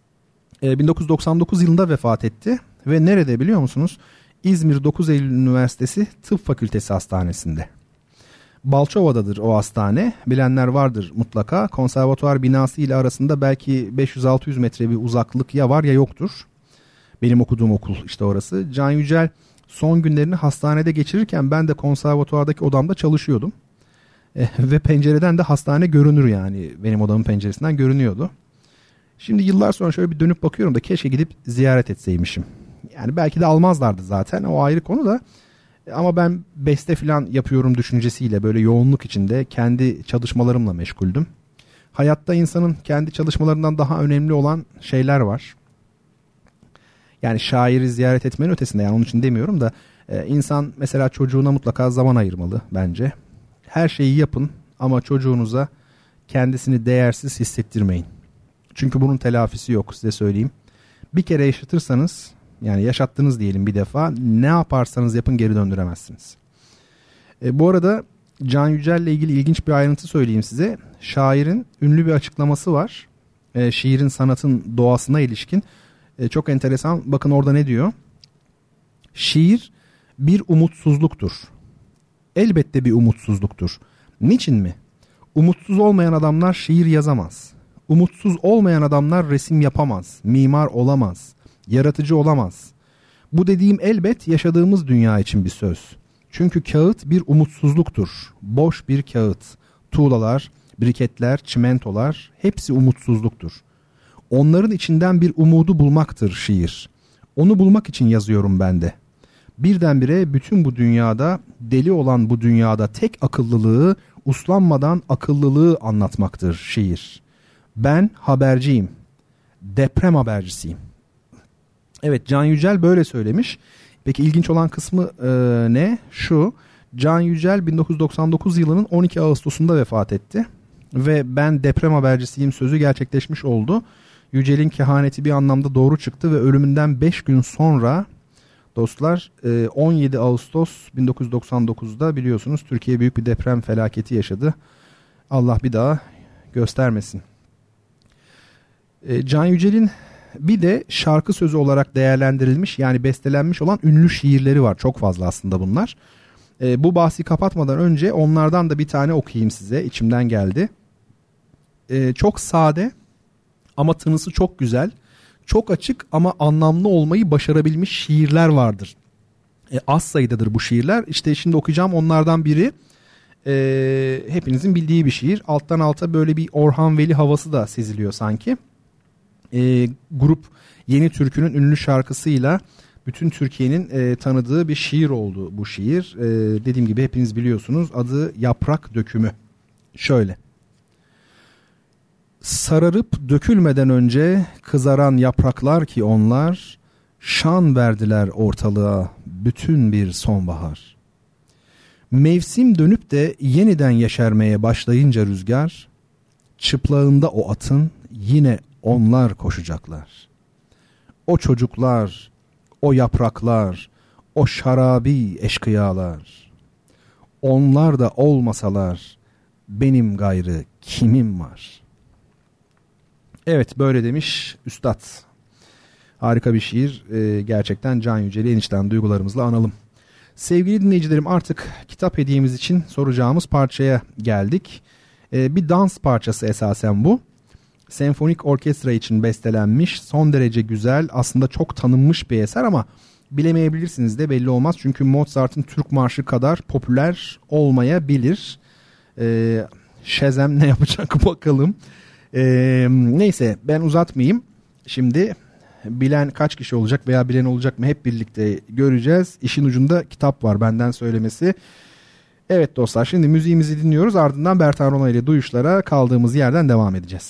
1999 yılında vefat etti ve nerede biliyor musunuz? İzmir 9 Eylül Üniversitesi Tıp Fakültesi Hastanesi'nde. Balçova'dadır o hastane. Bilenler vardır mutlaka. Konservatuvar binası ile arasında belki 500-600 metre bir uzaklık ya var ya yoktur. Benim okuduğum okul işte orası. Can Yücel son günlerini hastanede geçirirken ben de konservatuvardaki odamda çalışıyordum. Ve pencereden de hastane görünür, yani benim odamın penceresinden görünüyordu. Şimdi yıllar sonra şöyle bir dönüp bakıyorum da keşke gidip ziyaret etseymişim. Yani belki de almazlardı zaten, o ayrı konu da. Ama ben beste falan yapıyorum düşüncesiyle böyle yoğunluk içinde kendi çalışmalarımla meşguldüm. Hayatta insanın kendi çalışmalarından daha önemli olan şeyler var. Yani şairi ziyaret etmenin ötesinde, yani onun için demiyorum da insan mesela çocuğuna mutlaka zaman ayırmalı bence. Her şeyi yapın ama çocuğunuza kendisini değersiz hissettirmeyin. Çünkü bunun telafisi yok, size söyleyeyim. Bir kere yaşatırsanız, yani yaşattınız diyelim bir defa, ne yaparsanız yapın geri döndüremezsiniz. Bu arada Can Yücel'le ilgili ilginç bir ayrıntı söyleyeyim size. Şairin ünlü bir açıklaması var. Şiirin, sanatın doğasına ilişkin. Çok enteresan. Bakın orada ne diyor? Şiir bir umutsuzluktur. Elbette bir umutsuzluktur. Niçin mi? Umutsuz olmayan adamlar şiir yazamaz. Umutsuz olmayan adamlar resim yapamaz, mimar olamaz, yaratıcı olamaz. Bu dediğim elbet yaşadığımız dünya için bir söz. Çünkü kağıt bir umutsuzluktur. Boş bir kağıt. Tuğlalar, briketler, çimentolar hepsi umutsuzluktur. Onların içinden bir umudu bulmaktır şiir. Onu bulmak için yazıyorum ben de. Birdenbire bütün bu dünyada, deli olan bu dünyada tek akıllılığı, uslanmadan akıllılığı anlatmaktır şiir. Ben haberciyim. Deprem habercisiyim. Evet, Can Yücel böyle söylemiş. Peki ilginç olan kısmı ne? Şu, Can Yücel 1999 yılının 12 Ağustos'unda vefat etti. Ve ben deprem habercisiyim sözü gerçekleşmiş oldu. Yücel'in kehaneti bir anlamda doğru çıktı ve ölümünden 5 gün sonra dostlar 17 Ağustos 1999'da biliyorsunuz Türkiye büyük bir deprem felaketi yaşadı. Allah bir daha göstermesin. Can Yücel'in bir de şarkı sözü olarak değerlendirilmiş, yani bestelenmiş olan ünlü şiirleri var. Çok fazla aslında bunlar. Bu bahsi kapatmadan önce onlardan da bir tane okuyayım size. İçimden geldi. Çok sade ama tınısı çok güzel. Çok açık ama anlamlı olmayı başarabilmiş şiirler vardır. Az sayıdadır bu şiirler. İşte şimdi okuyacağım onlardan biri. Hepinizin bildiği bir şiir. Alttan alta böyle bir Orhan Veli havası da seziliyor sanki. Grup Yeni Türkü'nün ünlü şarkısıyla bütün Türkiye'nin tanıdığı bir şiir oldu bu şiir. Dediğim gibi hepiniz biliyorsunuz, adı Yaprak Dökümü. Şöyle. Sararıp dökülmeden önce kızaran yapraklar ki onlar, şan verdiler ortalığa bütün bir sonbahar. Mevsim dönüp de yeniden yeşermeye başlayınca rüzgar, çıplağında o atın yine onlar koşacaklar. O çocuklar, o yapraklar, o şarabi eşkıyalar. Onlar da olmasalar benim gayrı kimim var? Evet, böyle demiş üstad. Harika bir şiir. Gerçekten Can Yücel'i en içten duygularımızla analım. Sevgili dinleyicilerim, artık kitap hediyemiz için soracağımız parçaya geldik. Bir dans parçası esasen bu. Senfonik orkestra için bestelenmiş, son derece güzel, aslında çok tanınmış bir eser ama bilemeyebilirsiniz de, belli olmaz. Çünkü Mozart'ın Türk Marşı kadar popüler olmayabilir. Şezem ne yapacak bakalım. Neyse, ben uzatmayayım. Şimdi bilen kaç kişi olacak veya bilen olacak mı hep birlikte göreceğiz. İşin ucunda kitap var, benden söylemesi. Evet dostlar, şimdi müziğimizi dinliyoruz, ardından Bertan Rona ile Duyuşlara kaldığımız yerden devam edeceğiz.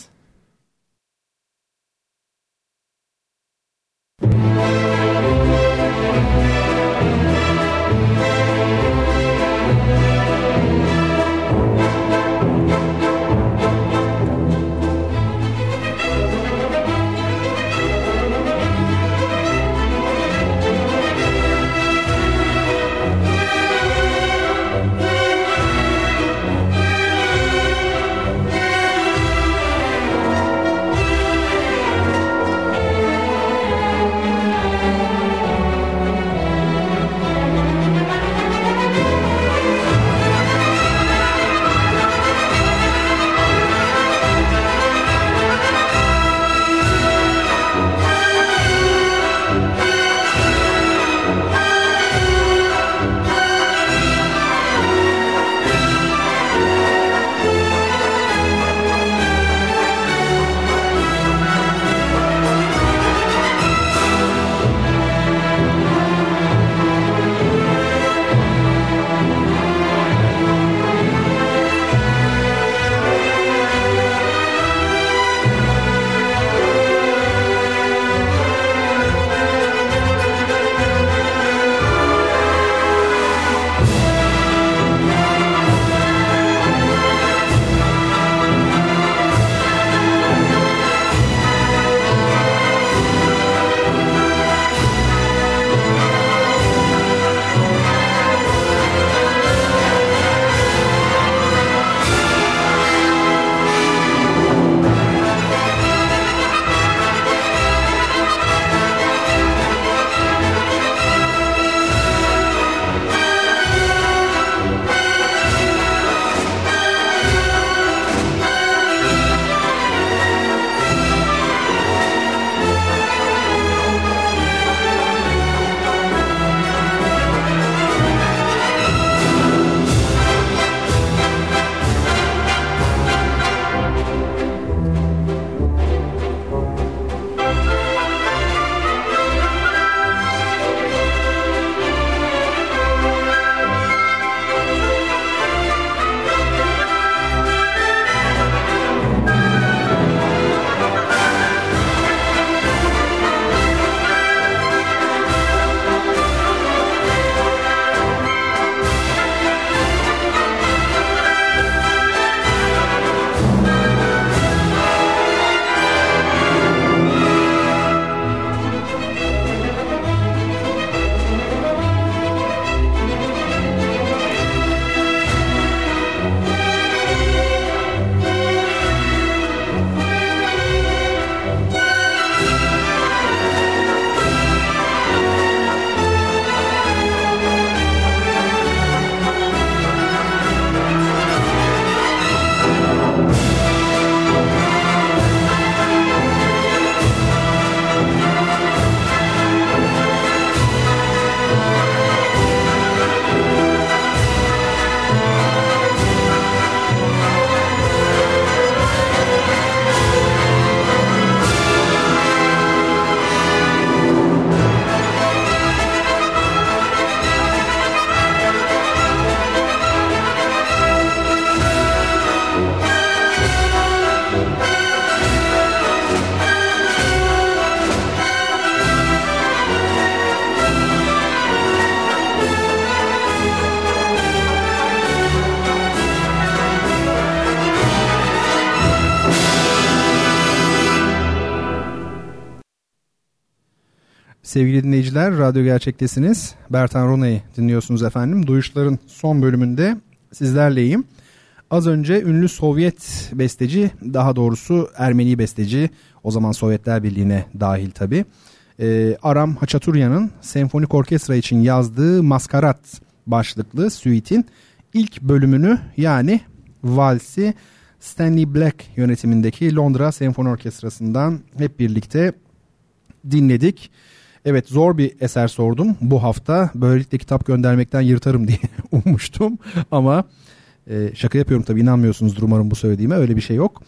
Sevgili dinleyiciler, Radyo Gerçek'tesiniz. Bertan Rona'yı dinliyorsunuz efendim. Duyuşların son bölümünde sizlerleyim. Az önce ünlü Sovyet besteci, daha doğrusu Ermeni besteci, o zaman Sovyetler Birliği'ne dahil tabii, Aram Haçaturyan'ın senfonik orkestra için yazdığı Maskarat başlıklı suite'in ilk bölümünü, yani valsi, Stanley Black yönetimindeki Londra Senfoni Orkestrası'ndan hep birlikte dinledik. Evet, zor bir eser sordum bu hafta. Böylelikle kitap göndermekten yırtarım diye ummuştum. Ama şaka yapıyorum tabii, inanmıyorsunuzdur umarım bu söylediğime. Öyle bir şey yok.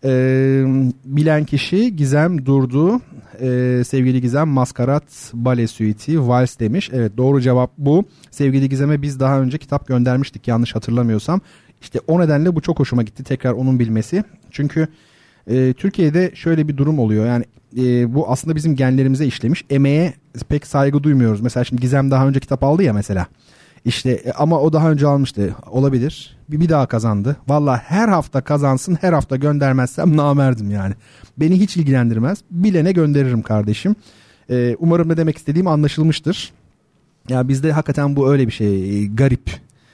Bilen kişi Gizem Durdu. Sevgili Gizem, Maskarat Bale Suite'i vals demiş. Evet, doğru cevap bu. Sevgili Gizem'e biz daha önce kitap göndermiştik yanlış hatırlamıyorsam. İşte o nedenle bu çok hoşuma gitti tekrar onun bilmesi. Çünkü Türkiye'de şöyle bir durum oluyor. Yani bu aslında bizim genlerimize işlemiş. Emeğe pek saygı duymuyoruz. Mesela şimdi Gizem daha önce kitap aldı ya mesela. İşte ama o daha önce almıştı. Olabilir. Bir daha kazandı. Valla her hafta kazansın, her hafta göndermezsem namerdim yani. Beni hiç ilgilendirmez. Bilene gönderirim kardeşim. Umarım ne demek istediğim anlaşılmıştır. Ya bizde hakikaten bu öyle bir şey. Garip.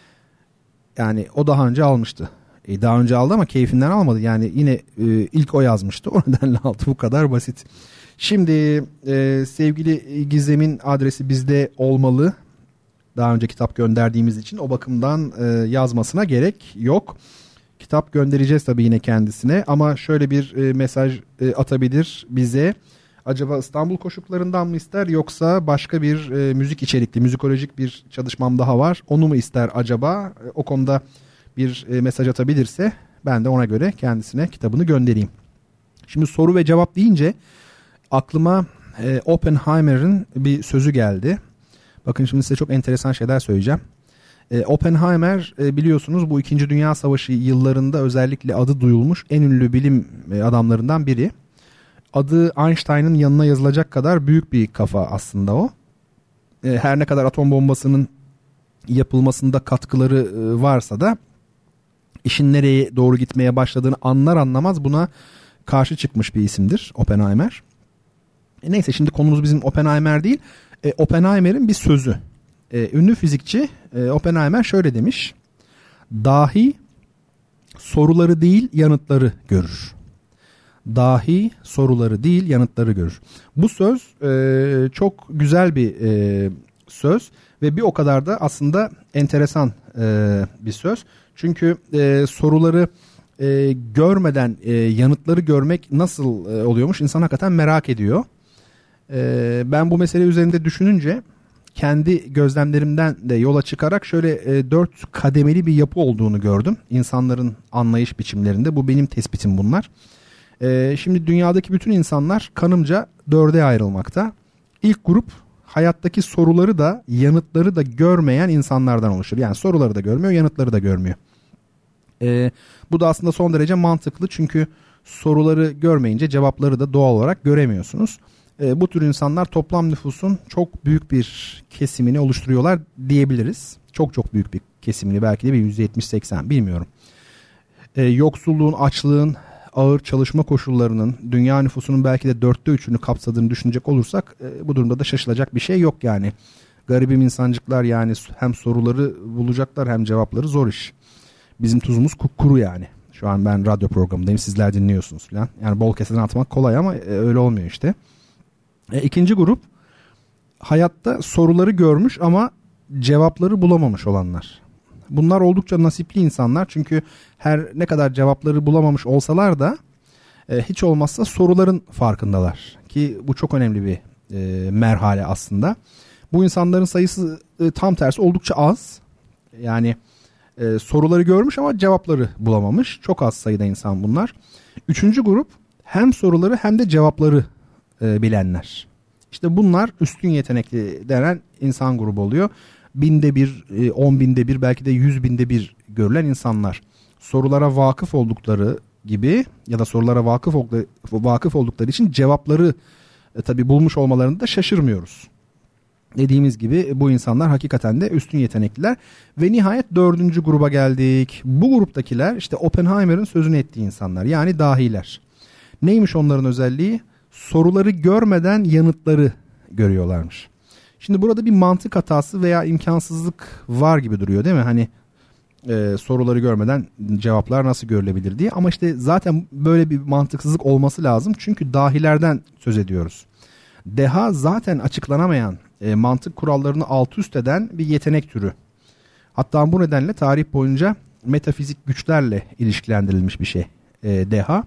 Yani o daha önce almıştı. Daha önce aldı ama keyfinden almadı. Yani yine ilk o yazmıştı. O nedenle aldı. Bu kadar basit. Şimdi sevgili Gizem'in adresi bizde olmalı. Daha önce kitap gönderdiğimiz için o bakımdan yazmasına gerek yok. Kitap göndereceğiz tabii yine kendisine. Ama şöyle bir mesaj atabilir bize. Acaba İstanbul koşuklarından mı ister, yoksa başka bir müzik içerikli, müzikolojik bir çalışmam daha var, onu mu ister acaba? O konuda bir mesaj atabilirse ben de ona göre kendisine kitabını göndereyim. Şimdi soru ve cevap deyince aklıma Oppenheimer'ın bir sözü geldi. Bakın şimdi size çok enteresan şeyler söyleyeceğim. Oppenheimer biliyorsunuz bu 2. Dünya Savaşı yıllarında özellikle adı duyulmuş en ünlü bilim adamlarından biri. Adı Einstein'ın yanına yazılacak kadar büyük bir kafa aslında o. Her ne kadar atom bombasının yapılmasında katkıları varsa da işin nereye doğru gitmeye başladığını anlar anlamaz buna karşı çıkmış bir isimdir Oppenheimer. Neyse, şimdi konumuz bizim Oppenheimer değil. Oppenheimer'in bir sözü. Ünlü fizikçi Oppenheimer şöyle demiş. Dahi soruları değil yanıtları görür. Dahi soruları değil yanıtları görür. Bu söz çok güzel bir söz ve bir o kadar da aslında enteresan bir söz. Çünkü soruları görmeden yanıtları görmek nasıl oluyormuş insan hakikaten merak ediyor. Ben bu mesele üzerinde düşününce kendi gözlemlerimden de yola çıkarak şöyle 4 kademeli bir yapı olduğunu gördüm. İnsanların anlayış biçimlerinde. Bu benim tespitim bunlar. Şimdi dünyadaki bütün insanlar kanımca 4'e ayrılmakta. İlk grup hayattaki soruları da yanıtları da görmeyen insanlardan oluşur. Yani soruları da görmüyor, yanıtları da görmüyor. Bu da aslında son derece mantıklı, çünkü soruları görmeyince cevapları da doğal olarak göremiyorsunuz. Bu tür insanlar toplam nüfusun çok büyük bir kesimini oluşturuyorlar diyebiliriz. Çok çok büyük bir kesimini, belki de bir %70-80 bilmiyorum. Yoksulluğun, açlığın, ağır çalışma koşullarının dünya nüfusunun belki de 4'te 3'ünü kapsadığını düşünecek olursak bu durumda da şaşılacak bir şey yok yani. Garibim insancıklar yani, hem soruları bulacaklar hem cevapları zor iş. Bizim tuzumuz kuru yani. Şu an ben radyo programındayım, sizler dinliyorsunuz falan. Yani bol keseden atmak kolay ama öyle olmuyor işte. İkinci grup hayatta soruları görmüş ama cevapları bulamamış olanlar. Bunlar oldukça nasipli insanlar, çünkü her ne kadar cevapları bulamamış olsalar da hiç olmazsa soruların farkındalar. Ki bu çok önemli bir merhale aslında. Bu insanların sayısı tam tersi oldukça az. Yani soruları görmüş ama cevapları bulamamış. Çok az sayıda insan bunlar. Üçüncü grup hem soruları hem de cevapları bilenler. İşte bunlar üstün yetenekli denen insan grubu oluyor. 1000'de 1, 10.000'de 1, belki de 100.000'de 1 görülen insanlar. Sorulara vakıf oldukları gibi ya da sorulara vakıf oldukları için cevapları tabii bulmuş olmalarını da şaşırmıyoruz. Dediğimiz gibi bu insanlar hakikaten de üstün yetenekliler. Ve nihayet 4. gruba geldik. Bu gruptakiler işte Oppenheimer'ın sözünü ettiği insanlar, yani dahiler. Neymiş onların özelliği? Soruları görmeden yanıtları görüyorlarmış. Şimdi burada bir mantık hatası veya imkansızlık var gibi duruyor değil mi? Hani soruları görmeden cevaplar nasıl görülebilir diye. Ama işte zaten böyle bir mantıksızlık olması lazım. Çünkü dahilerden söz ediyoruz. Deha zaten açıklanamayan mantık kurallarını alt üst eden bir yetenek türü. Hatta bu nedenle tarih boyunca metafizik güçlerle ilişkilendirilmiş bir şey deha.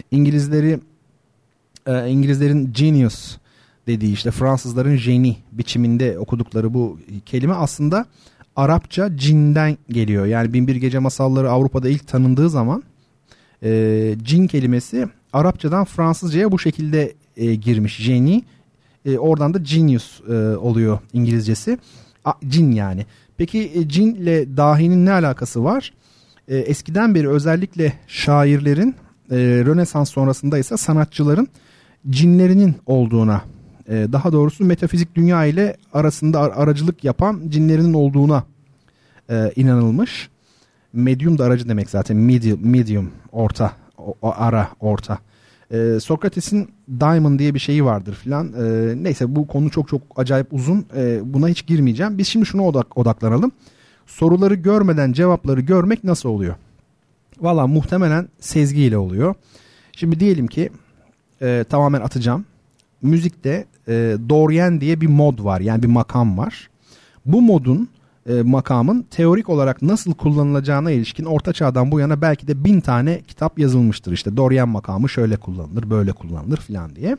İngilizlerin genius dediği, işte Fransızların génie biçiminde okudukları bu kelime aslında Arapça cinden geliyor. Yani Binbir Gece Masalları Avrupa'da ilk tanındığı zaman cin kelimesi Arapçadan Fransızcaya bu şekilde girmiş. Génie oradan da genius oluyor İngilizcesi. Cin yani. Peki cinle dahinin ne alakası var? Eskiden beri özellikle şairlerin, Rönesans sonrasında ise sanatçıların cinlerinin olduğuna, daha doğrusu metafizik dünya ile arasında aracılık yapan cinlerinin olduğuna inanılmış. Medium da aracı demek zaten. Medium orta, ara, orta. Sokrates'in daimon diye bir şeyi vardır filan. Neyse bu konu çok çok acayip uzun. Buna hiç girmeyeceğim. Biz şimdi şuna odaklanalım. Soruları görmeden cevapları görmek nasıl oluyor? Valla muhtemelen sezgiyle oluyor. Şimdi diyelim ki tamamen atacağım. Müzikte Dorian diye bir mod var, yani bir makam var. Bu modun, makamın teorik olarak nasıl kullanılacağına ilişkin Orta Çağ'dan bu yana belki de 1000 tane kitap yazılmıştır. İşte Dorian makamı şöyle kullanılır, böyle kullanılır filan diye.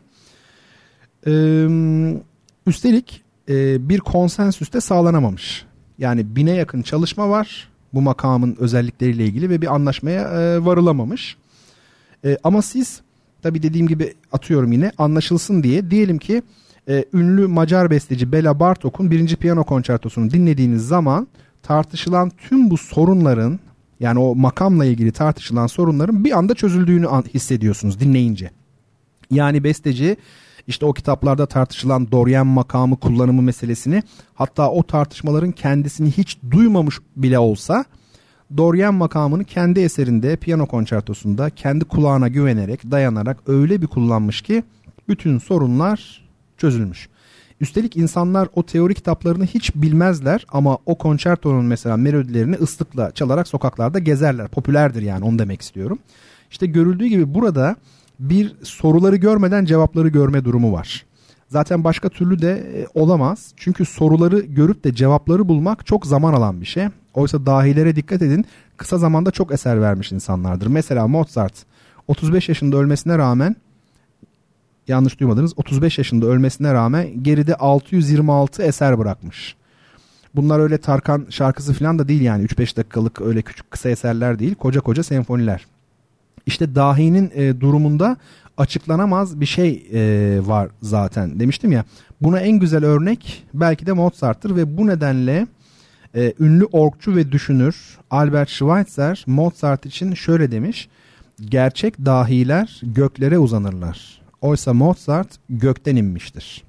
Üstelik bir konsensüste sağlanamamış. Yani 1000'e yakın çalışma var bu makamın özellikleriyle ilgili ve bir anlaşmaya varılamamış. Ama siz tabii dediğim gibi atıyorum yine anlaşılsın diye diyelim ki ünlü Macar besteci Bela Bartok'un 1. piyano konçertosunu dinlediğiniz zaman tartışılan tüm bu sorunların, yani o makamla ilgili tartışılan sorunların bir anda çözüldüğünü hissediyorsunuz dinleyince. Yani besteci işte o kitaplarda tartışılan Dorian makamı kullanımı meselesini, hatta o tartışmaların kendisini hiç duymamış bile olsa Dorian makamını kendi eserinde, piyano konçertosunda kendi kulağına güvenerek, dayanarak öyle bir kullanmış ki bütün sorunlar çözülmüş. Üstelik insanlar o teori kitaplarını hiç bilmezler ama o konçertonun mesela melodilerini ıslıkla çalarak sokaklarda gezerler. Popülerdir yani, onu demek istiyorum. İşte görüldüğü gibi burada bir soruları görmeden cevapları görme durumu var. Zaten başka türlü de olamaz. Çünkü soruları görüp de cevapları bulmak çok zaman alan bir şey. Oysa dahilere dikkat edin, kısa zamanda çok eser vermiş insanlardır. Mesela Mozart 35 yaşında ölmesine rağmen, yanlış duymadınız, 35 yaşında ölmesine rağmen geride 626 eser bırakmış. Bunlar öyle Tarkan şarkısı falan da değil yani, 3-5 dakikalık öyle küçük kısa eserler değil, koca koca senfoniler. İşte dahinin durumunda açıklanamaz bir şey var zaten demiştim ya. Buna en güzel örnek belki de Mozart'tır ve bu nedenle ünlü orgçu ve düşünür Albert Schweitzer Mozart için şöyle demiş: gerçek dahiler göklere uzanırlar. Oysa Mozart gökten inmiştir.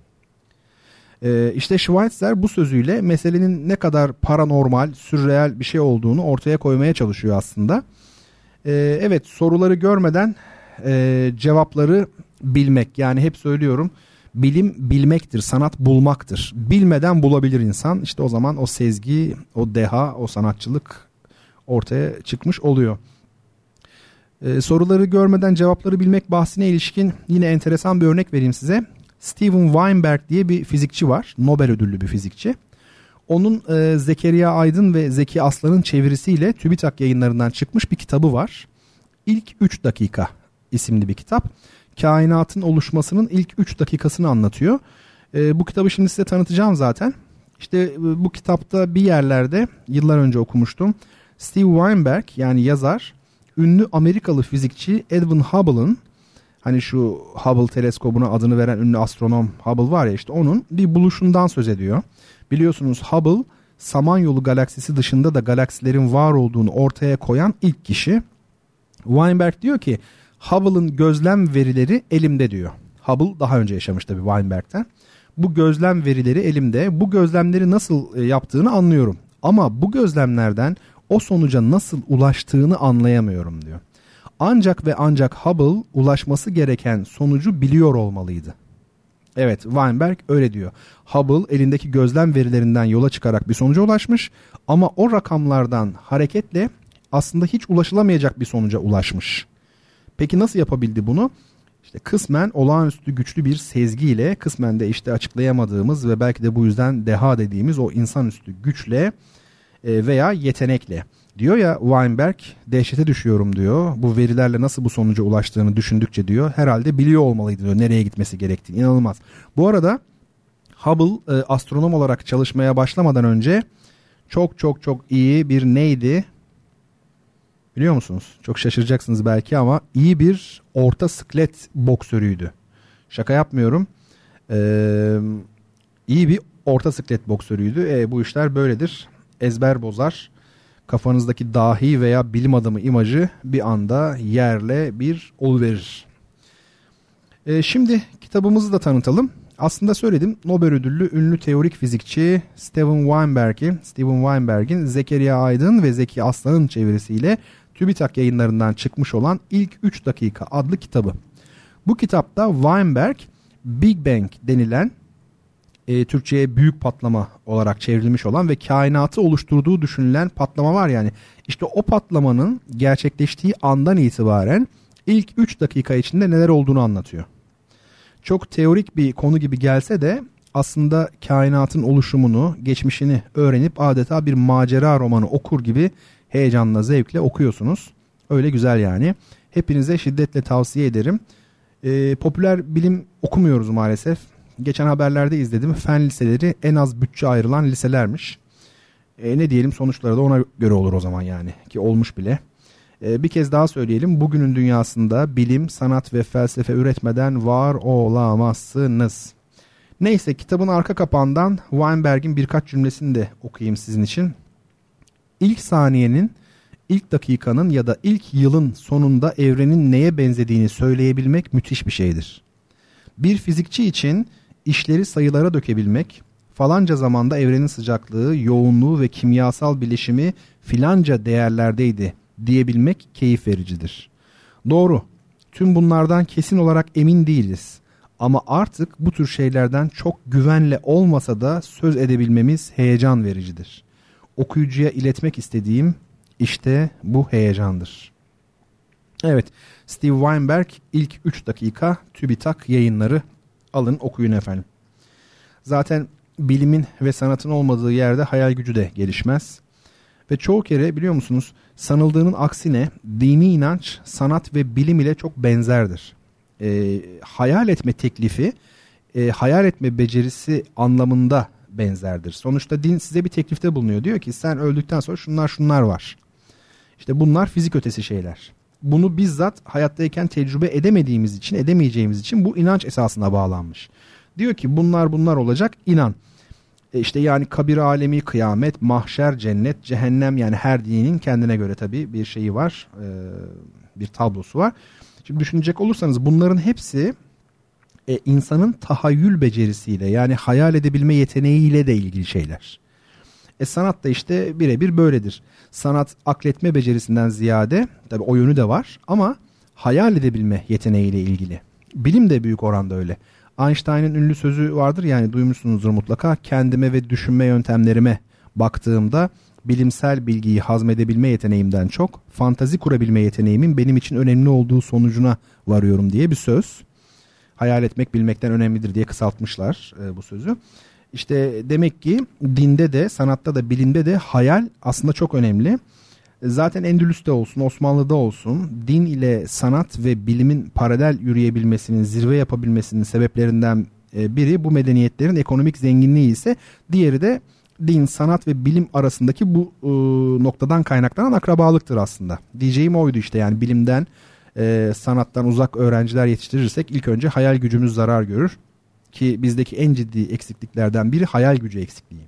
İşte Schweitzer bu sözüyle meselenin ne kadar paranormal, sürreel bir şey olduğunu ortaya koymaya çalışıyor aslında. Evet, soruları görmeden cevapları bilmek, yani hep söylüyorum, bilim bilmektir, sanat bulmaktır. Bilmeden bulabilir insan. İşte o zaman o sezgi, o deha, o sanatçılık ortaya çıkmış oluyor. Soruları görmeden cevapları bilmek bahsine ilişkin yine enteresan bir örnek vereyim size. Steven Weinberg diye bir fizikçi var. Nobel ödüllü bir fizikçi. Onun Zekeriya Aydın ve Zeki Aslan'ın çevirisiyle TÜBİTAK yayınlarından çıkmış bir kitabı var. İlk 3 dakika isimli bir kitap. Kainatın oluşmasının ilk 3 dakikasını anlatıyor. Bu kitabı şimdi size tanıtacağım zaten. İşte bu kitapta bir yerlerde, yıllar önce okumuştum, Steve Weinberg yani yazar, ünlü Amerikalı fizikçi Edwin Hubble'ın, hani şu Hubble teleskobuna adını veren ünlü astronom Hubble var ya, işte onun bir buluşundan söz ediyor. Biliyorsunuz Hubble, Samanyolu galaksisi dışında da galaksilerin var olduğunu ortaya koyan ilk kişi. Weinberg diyor ki Hubble'ın gözlem verileri elimde diyor. Hubble daha önce yaşamış tabii Weinberg'ten. Bu gözlem verileri elimde. Bu gözlemleri nasıl yaptığını anlıyorum. Ama bu gözlemlerden o sonuca nasıl ulaştığını anlayamıyorum diyor. Ancak ve ancak Hubble ulaşması gereken sonucu biliyor olmalıydı. Evet, Weinberg öyle diyor. Hubble elindeki gözlem verilerinden yola çıkarak bir sonuca ulaşmış ama o rakamlardan hareketle aslında hiç ulaşılamayacak bir sonuca ulaşmış. Peki nasıl yapabildi bunu? İşte kısmen olağanüstü güçlü bir sezgiyle, kısmen de işte açıklayamadığımız ve belki de bu yüzden deha dediğimiz o insanüstü güçle veya yetenekle. Diyor ya Weinberg, dehşete düşüyorum diyor. Bu verilerle nasıl bu sonuca ulaştığını düşündükçe diyor. Herhalde biliyor olmalıydı diyor nereye gitmesi gerektiğini. İnanılmaz. Bu arada Hubble astronom olarak çalışmaya başlamadan önce çok iyi bir neydi? Biliyor musunuz? Çok şaşıracaksınız belki ama iyi bir orta siklet boksörüydü. Şaka yapmıyorum. İyi bir orta siklet boksörüydü. Bu işler böyledir. Ezber bozar. Kafanızdaki dahi veya bilim adamı imajı bir anda yerle bir oluverir. Şimdi kitabımızı da tanıtalım. Aslında söyledim, Nobel ödüllü ünlü teorik fizikçi Steven Weinberg'in Zekeriya Aydın ve Zeki Aslan'ın çevirisiyle TÜBİTAK yayınlarından çıkmış olan İlk 3 Dakika adlı kitabı. Bu kitapta Weinberg Big Bang denilen Türkçe'ye büyük patlama olarak çevrilmiş olan ve kainatı oluşturduğu düşünülen patlama var yani. İşte o patlamanın gerçekleştiği andan itibaren ilk 3 dakika içinde neler olduğunu anlatıyor. Çok teorik bir konu gibi gelse de aslında kainatın oluşumunu, geçmişini öğrenip adeta bir macera romanı okur gibi heyecanla, zevkle okuyorsunuz. Öyle güzel yani. Hepinize şiddetle tavsiye ederim. Popüler bilim okumuyoruz maalesef. Geçen haberlerde izledim. Fen liseleri en az bütçe ayrılan liselermiş. Ne diyelim, sonuçları da ona göre olur o zaman yani. Ki olmuş bile. Bir kez daha söyleyelim. Bugünün dünyasında bilim, sanat ve felsefe üretmeden var olamazsınız. Neyse, kitabın arka kapağından Weinberg'in birkaç cümlesini de okuyayım sizin için. İlk saniyenin, ilk dakikanın ya da ilk yılın sonunda evrenin neye benzediğini söyleyebilmek müthiş bir şeydir. Bir fizikçi için işleri sayılara dökebilmek, falanca zamanda evrenin sıcaklığı, yoğunluğu ve kimyasal bileşimi filanca değerlerdeydi diyebilmek keyif vericidir. Doğru, tüm bunlardan kesin olarak emin değiliz. Ama artık bu tür şeylerden çok güvenle olmasa da söz edebilmemiz heyecan vericidir. Okuyucuya iletmek istediğim işte bu heyecandır. Evet, Steve Weinberg ilk 3 dakika TÜBİTAK yayınları, alın okuyun efendim. Zaten bilimin ve sanatın olmadığı yerde hayal gücü de gelişmez. Ve çoğu kere biliyor musunuz, sanıldığının aksine dini inanç sanat ve bilim ile çok benzerdir. Hayal etme teklifi, hayal etme becerisi anlamında benzerdir. Sonuçta din size bir teklifte bulunuyor. Diyor ki sen öldükten sonra şunlar var. İşte bunlar fizik ötesi şeyler. Bunu bizzat hayattayken tecrübe edemeyeceğimiz için bu inanç esasına bağlanmış. Diyor ki bunlar olacak, inan. İşte yani kabir alemi, kıyamet, mahşer, cennet, cehennem, yani her dinin kendine göre tabii bir şeyi var, bir tablosu var. Şimdi düşünecek olursanız bunların hepsi insanın tahayyül becerisiyle, yani hayal edebilme yeteneğiyle de ilgili şeyler. Sanat da işte birebir böyledir. Sanat akletme becerisinden ziyade, tabii o yönü de var ama hayal edebilme yeteneğiyle ilgili. Bilim de büyük oranda öyle. Einstein'ın ünlü sözü vardır, yani duymuşsunuzdur mutlaka. Kendime ve düşünme yöntemlerime baktığımda bilimsel bilgiyi hazmedebilme yeteneğimden çok fantazi kurabilme yeteneğimin benim için önemli olduğu sonucuna varıyorum diye bir söz. Hayal etmek bilmekten önemlidir diye kısaltmışlar bu sözü. İşte demek ki dinde de, sanatta da, bilimde de hayal aslında çok önemli. Zaten Endülüs'te olsun, Osmanlı'da olsun din ile sanat ve bilimin paralel yürüyebilmesinin, zirve yapabilmesinin sebeplerinden biri bu medeniyetlerin ekonomik zenginliği ise diğeri de din, sanat ve bilim arasındaki bu noktadan kaynaklanan akrabalıktır aslında. Diyeceğim oydu işte, yani bilimden, sanattan uzak öğrenciler yetiştirirsek ilk önce hayal gücümüz zarar görür. Ki bizdeki en ciddi eksikliklerden biri hayal gücü eksikliği.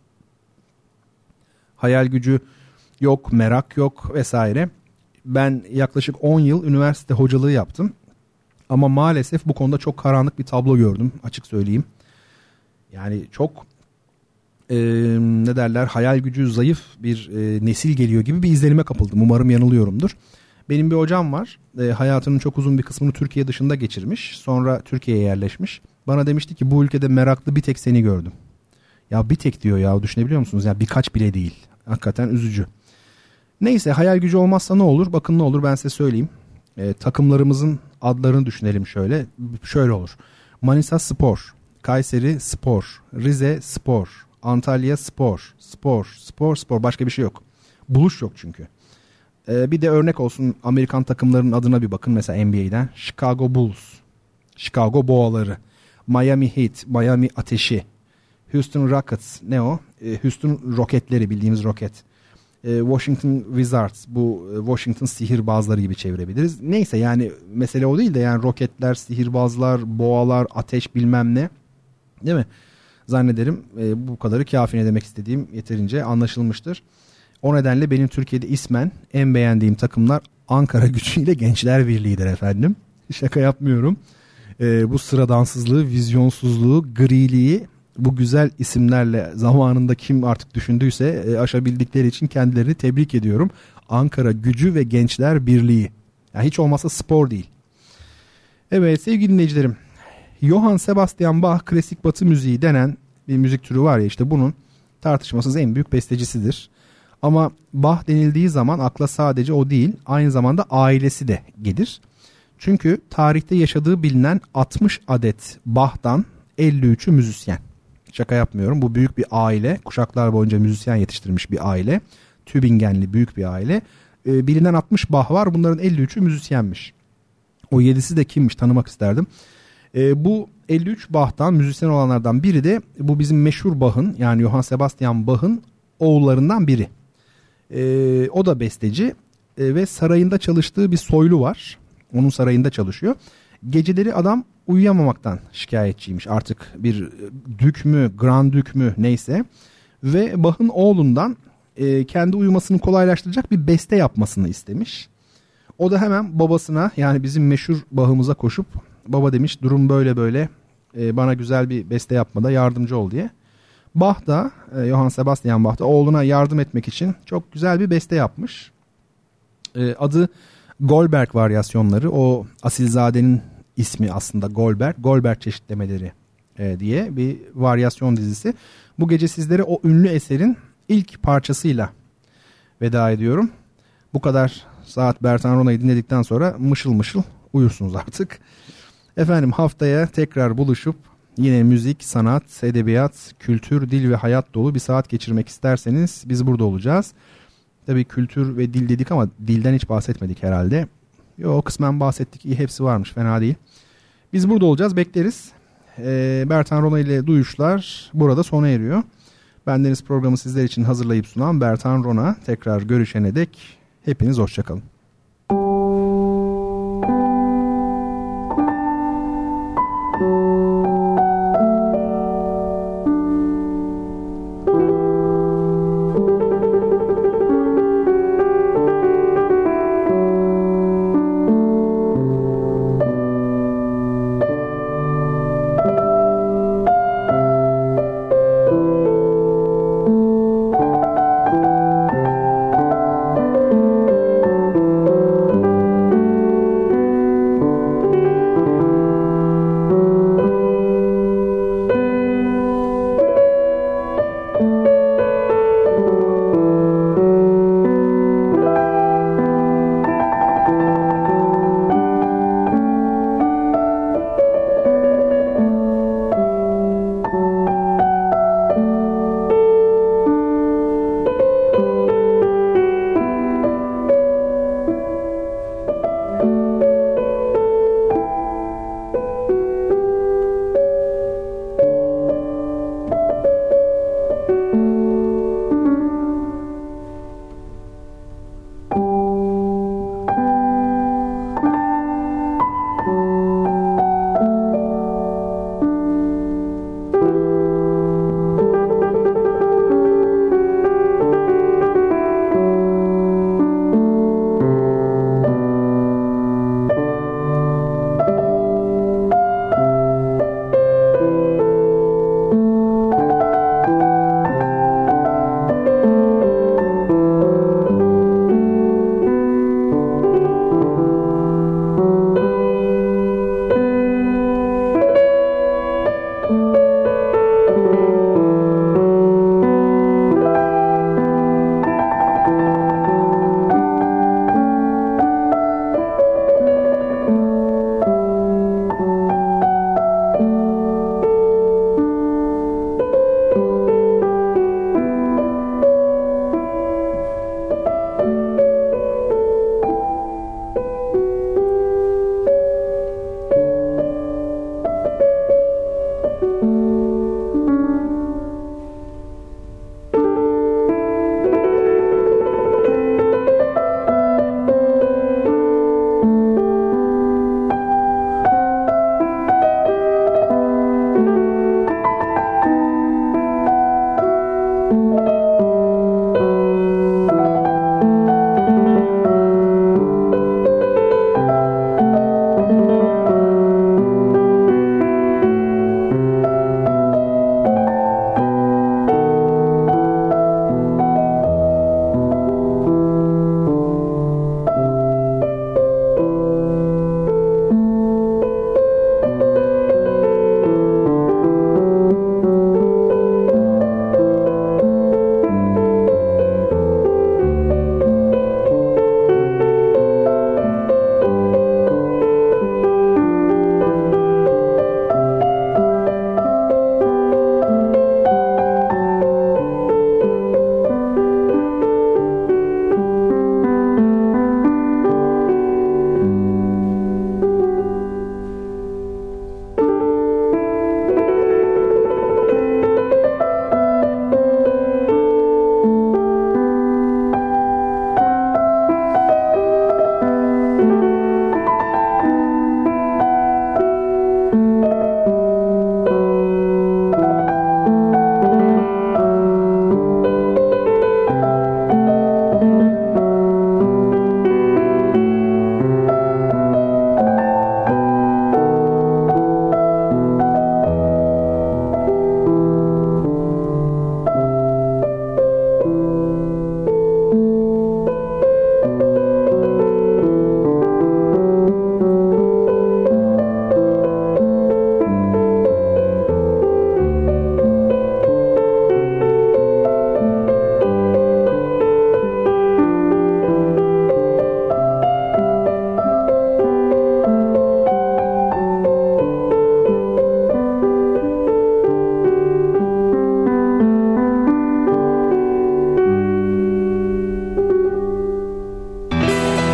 Hayal gücü yok, merak yok vesaire. Ben yaklaşık 10 yıl üniversite hocalığı yaptım. Ama maalesef bu konuda çok karanlık bir tablo gördüm, açık söyleyeyim. Yani çok hayal gücü zayıf bir nesil geliyor gibi bir izlenime kapıldım. Umarım yanılıyorumdur. Benim bir hocam var. Hayatının çok uzun bir kısmını Türkiye dışında geçirmiş. Sonra Türkiye'ye yerleşmiş. Bana demişti ki bu ülkede meraklı bir tek seni gördüm. Ya bir tek diyor ya, düşünebiliyor musunuz? Ya birkaç bile değil. Hakikaten üzücü. Neyse, hayal gücü olmazsa ne olur? Bakın ne olur, ben size söyleyeyim. Takımlarımızın adlarını düşünelim şöyle. Şöyle olur. Manisa Spor, Kayseri Spor, Rize Spor, Antalya Spor, Spor. Başka bir şey yok. Buluş yok çünkü. Bir de örnek olsun, Amerikan takımlarının adına bir bakın. Mesela NBA'den Chicago Bulls, Chicago Boğaları, Miami Heat, Miami Ateşi, Houston Rockets, ne o? Houston Roketleri, bildiğimiz roket. Washington Wizards, bu Washington sihirbazları gibi çevirebiliriz. Neyse, yani mesele o değil de, yani roketler, sihirbazlar, boğalar, ateş bilmem ne, değil mi? Zannederim bu kadarı kafi, ne demek istediğim yeterince anlaşılmıştır. O nedenle benim Türkiye'de ismen en beğendiğim takımlar Ankara Gücü ile Gençler Birliği'dir efendim. Şaka yapmıyorum. Bu sıradansızlığı, vizyonsuzluğu, griliği bu güzel isimlerle zamanında kim artık düşündüyse aşabildikleri için kendilerini tebrik ediyorum. Ankara Gücü ve Gençler Birliği. Yani hiç olmazsa spor değil. Evet sevgili dinleyicilerim. Johann Sebastian Bach klasik batı müziği denen bir müzik türü var ya, işte bunun tartışmasız en büyük bestecisidir. Ama Bach denildiği zaman akla sadece o değil, aynı zamanda ailesi de gelir. Çünkü tarihte yaşadığı bilinen 60 adet Bach'tan 53'ü müzisyen. Şaka yapmıyorum, bu büyük bir aile, kuşaklar boyunca müzisyen yetiştirmiş bir aile. Tübingenli büyük bir aile. Bilinen 60 Bach var, bunların 53'ü müzisyenmiş. O 7'si de kimmiş, tanımak isterdim. Bu 53 Bach'tan, müzisyen olanlardan biri de bu bizim meşhur Bach'ın, yani Johann Sebastian Bach'ın oğullarından biri. O da besteci ve sarayında çalıştığı bir soylu var. Onun sarayında çalışıyor. Geceleri adam uyuyamamaktan şikayetçiymiş. Artık bir dük mü, grand dük mü neyse. Ve Bach'ın oğlundan kendi uyumasını kolaylaştıracak bir beste yapmasını istemiş. O da hemen babasına, yani bizim meşhur Bach'ımıza koşup, baba demiş, durum böyle böyle, bana güzel bir beste yapmada yardımcı ol diye. Bach da, Johann Sebastian Bach da oğluna yardım etmek için çok güzel bir beste yapmış. Adı Goldberg varyasyonları. O asilzadenin ismi aslında Goldberg. Goldberg çeşitlemeleri diye bir varyasyon dizisi. Bu gece sizlere o ünlü eserin ilk parçasıyla veda ediyorum. Bu kadar saat Bertan Rona'yı dinledikten sonra mışıl mışıl uyursunuz artık. Efendim, haftaya tekrar buluşup yine müzik, sanat, edebiyat, kültür, dil ve hayat dolu bir saat geçirmek isterseniz biz burada olacağız. Tabii kültür ve dil dedik ama dilden hiç bahsetmedik herhalde. Yok, kısmen bahsettik. İyi, hepsi varmış, fena değil. Biz burada olacağız, bekleriz. Bertan Rona ile Duyuşlar burada sona eriyor. Bendeniz programı sizler için hazırlayıp sunan Bertan Rona. Tekrar görüşene dek hepiniz hoşçakalın.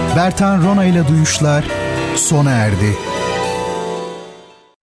Bertan Rona ile Duyuşlar sona erdi.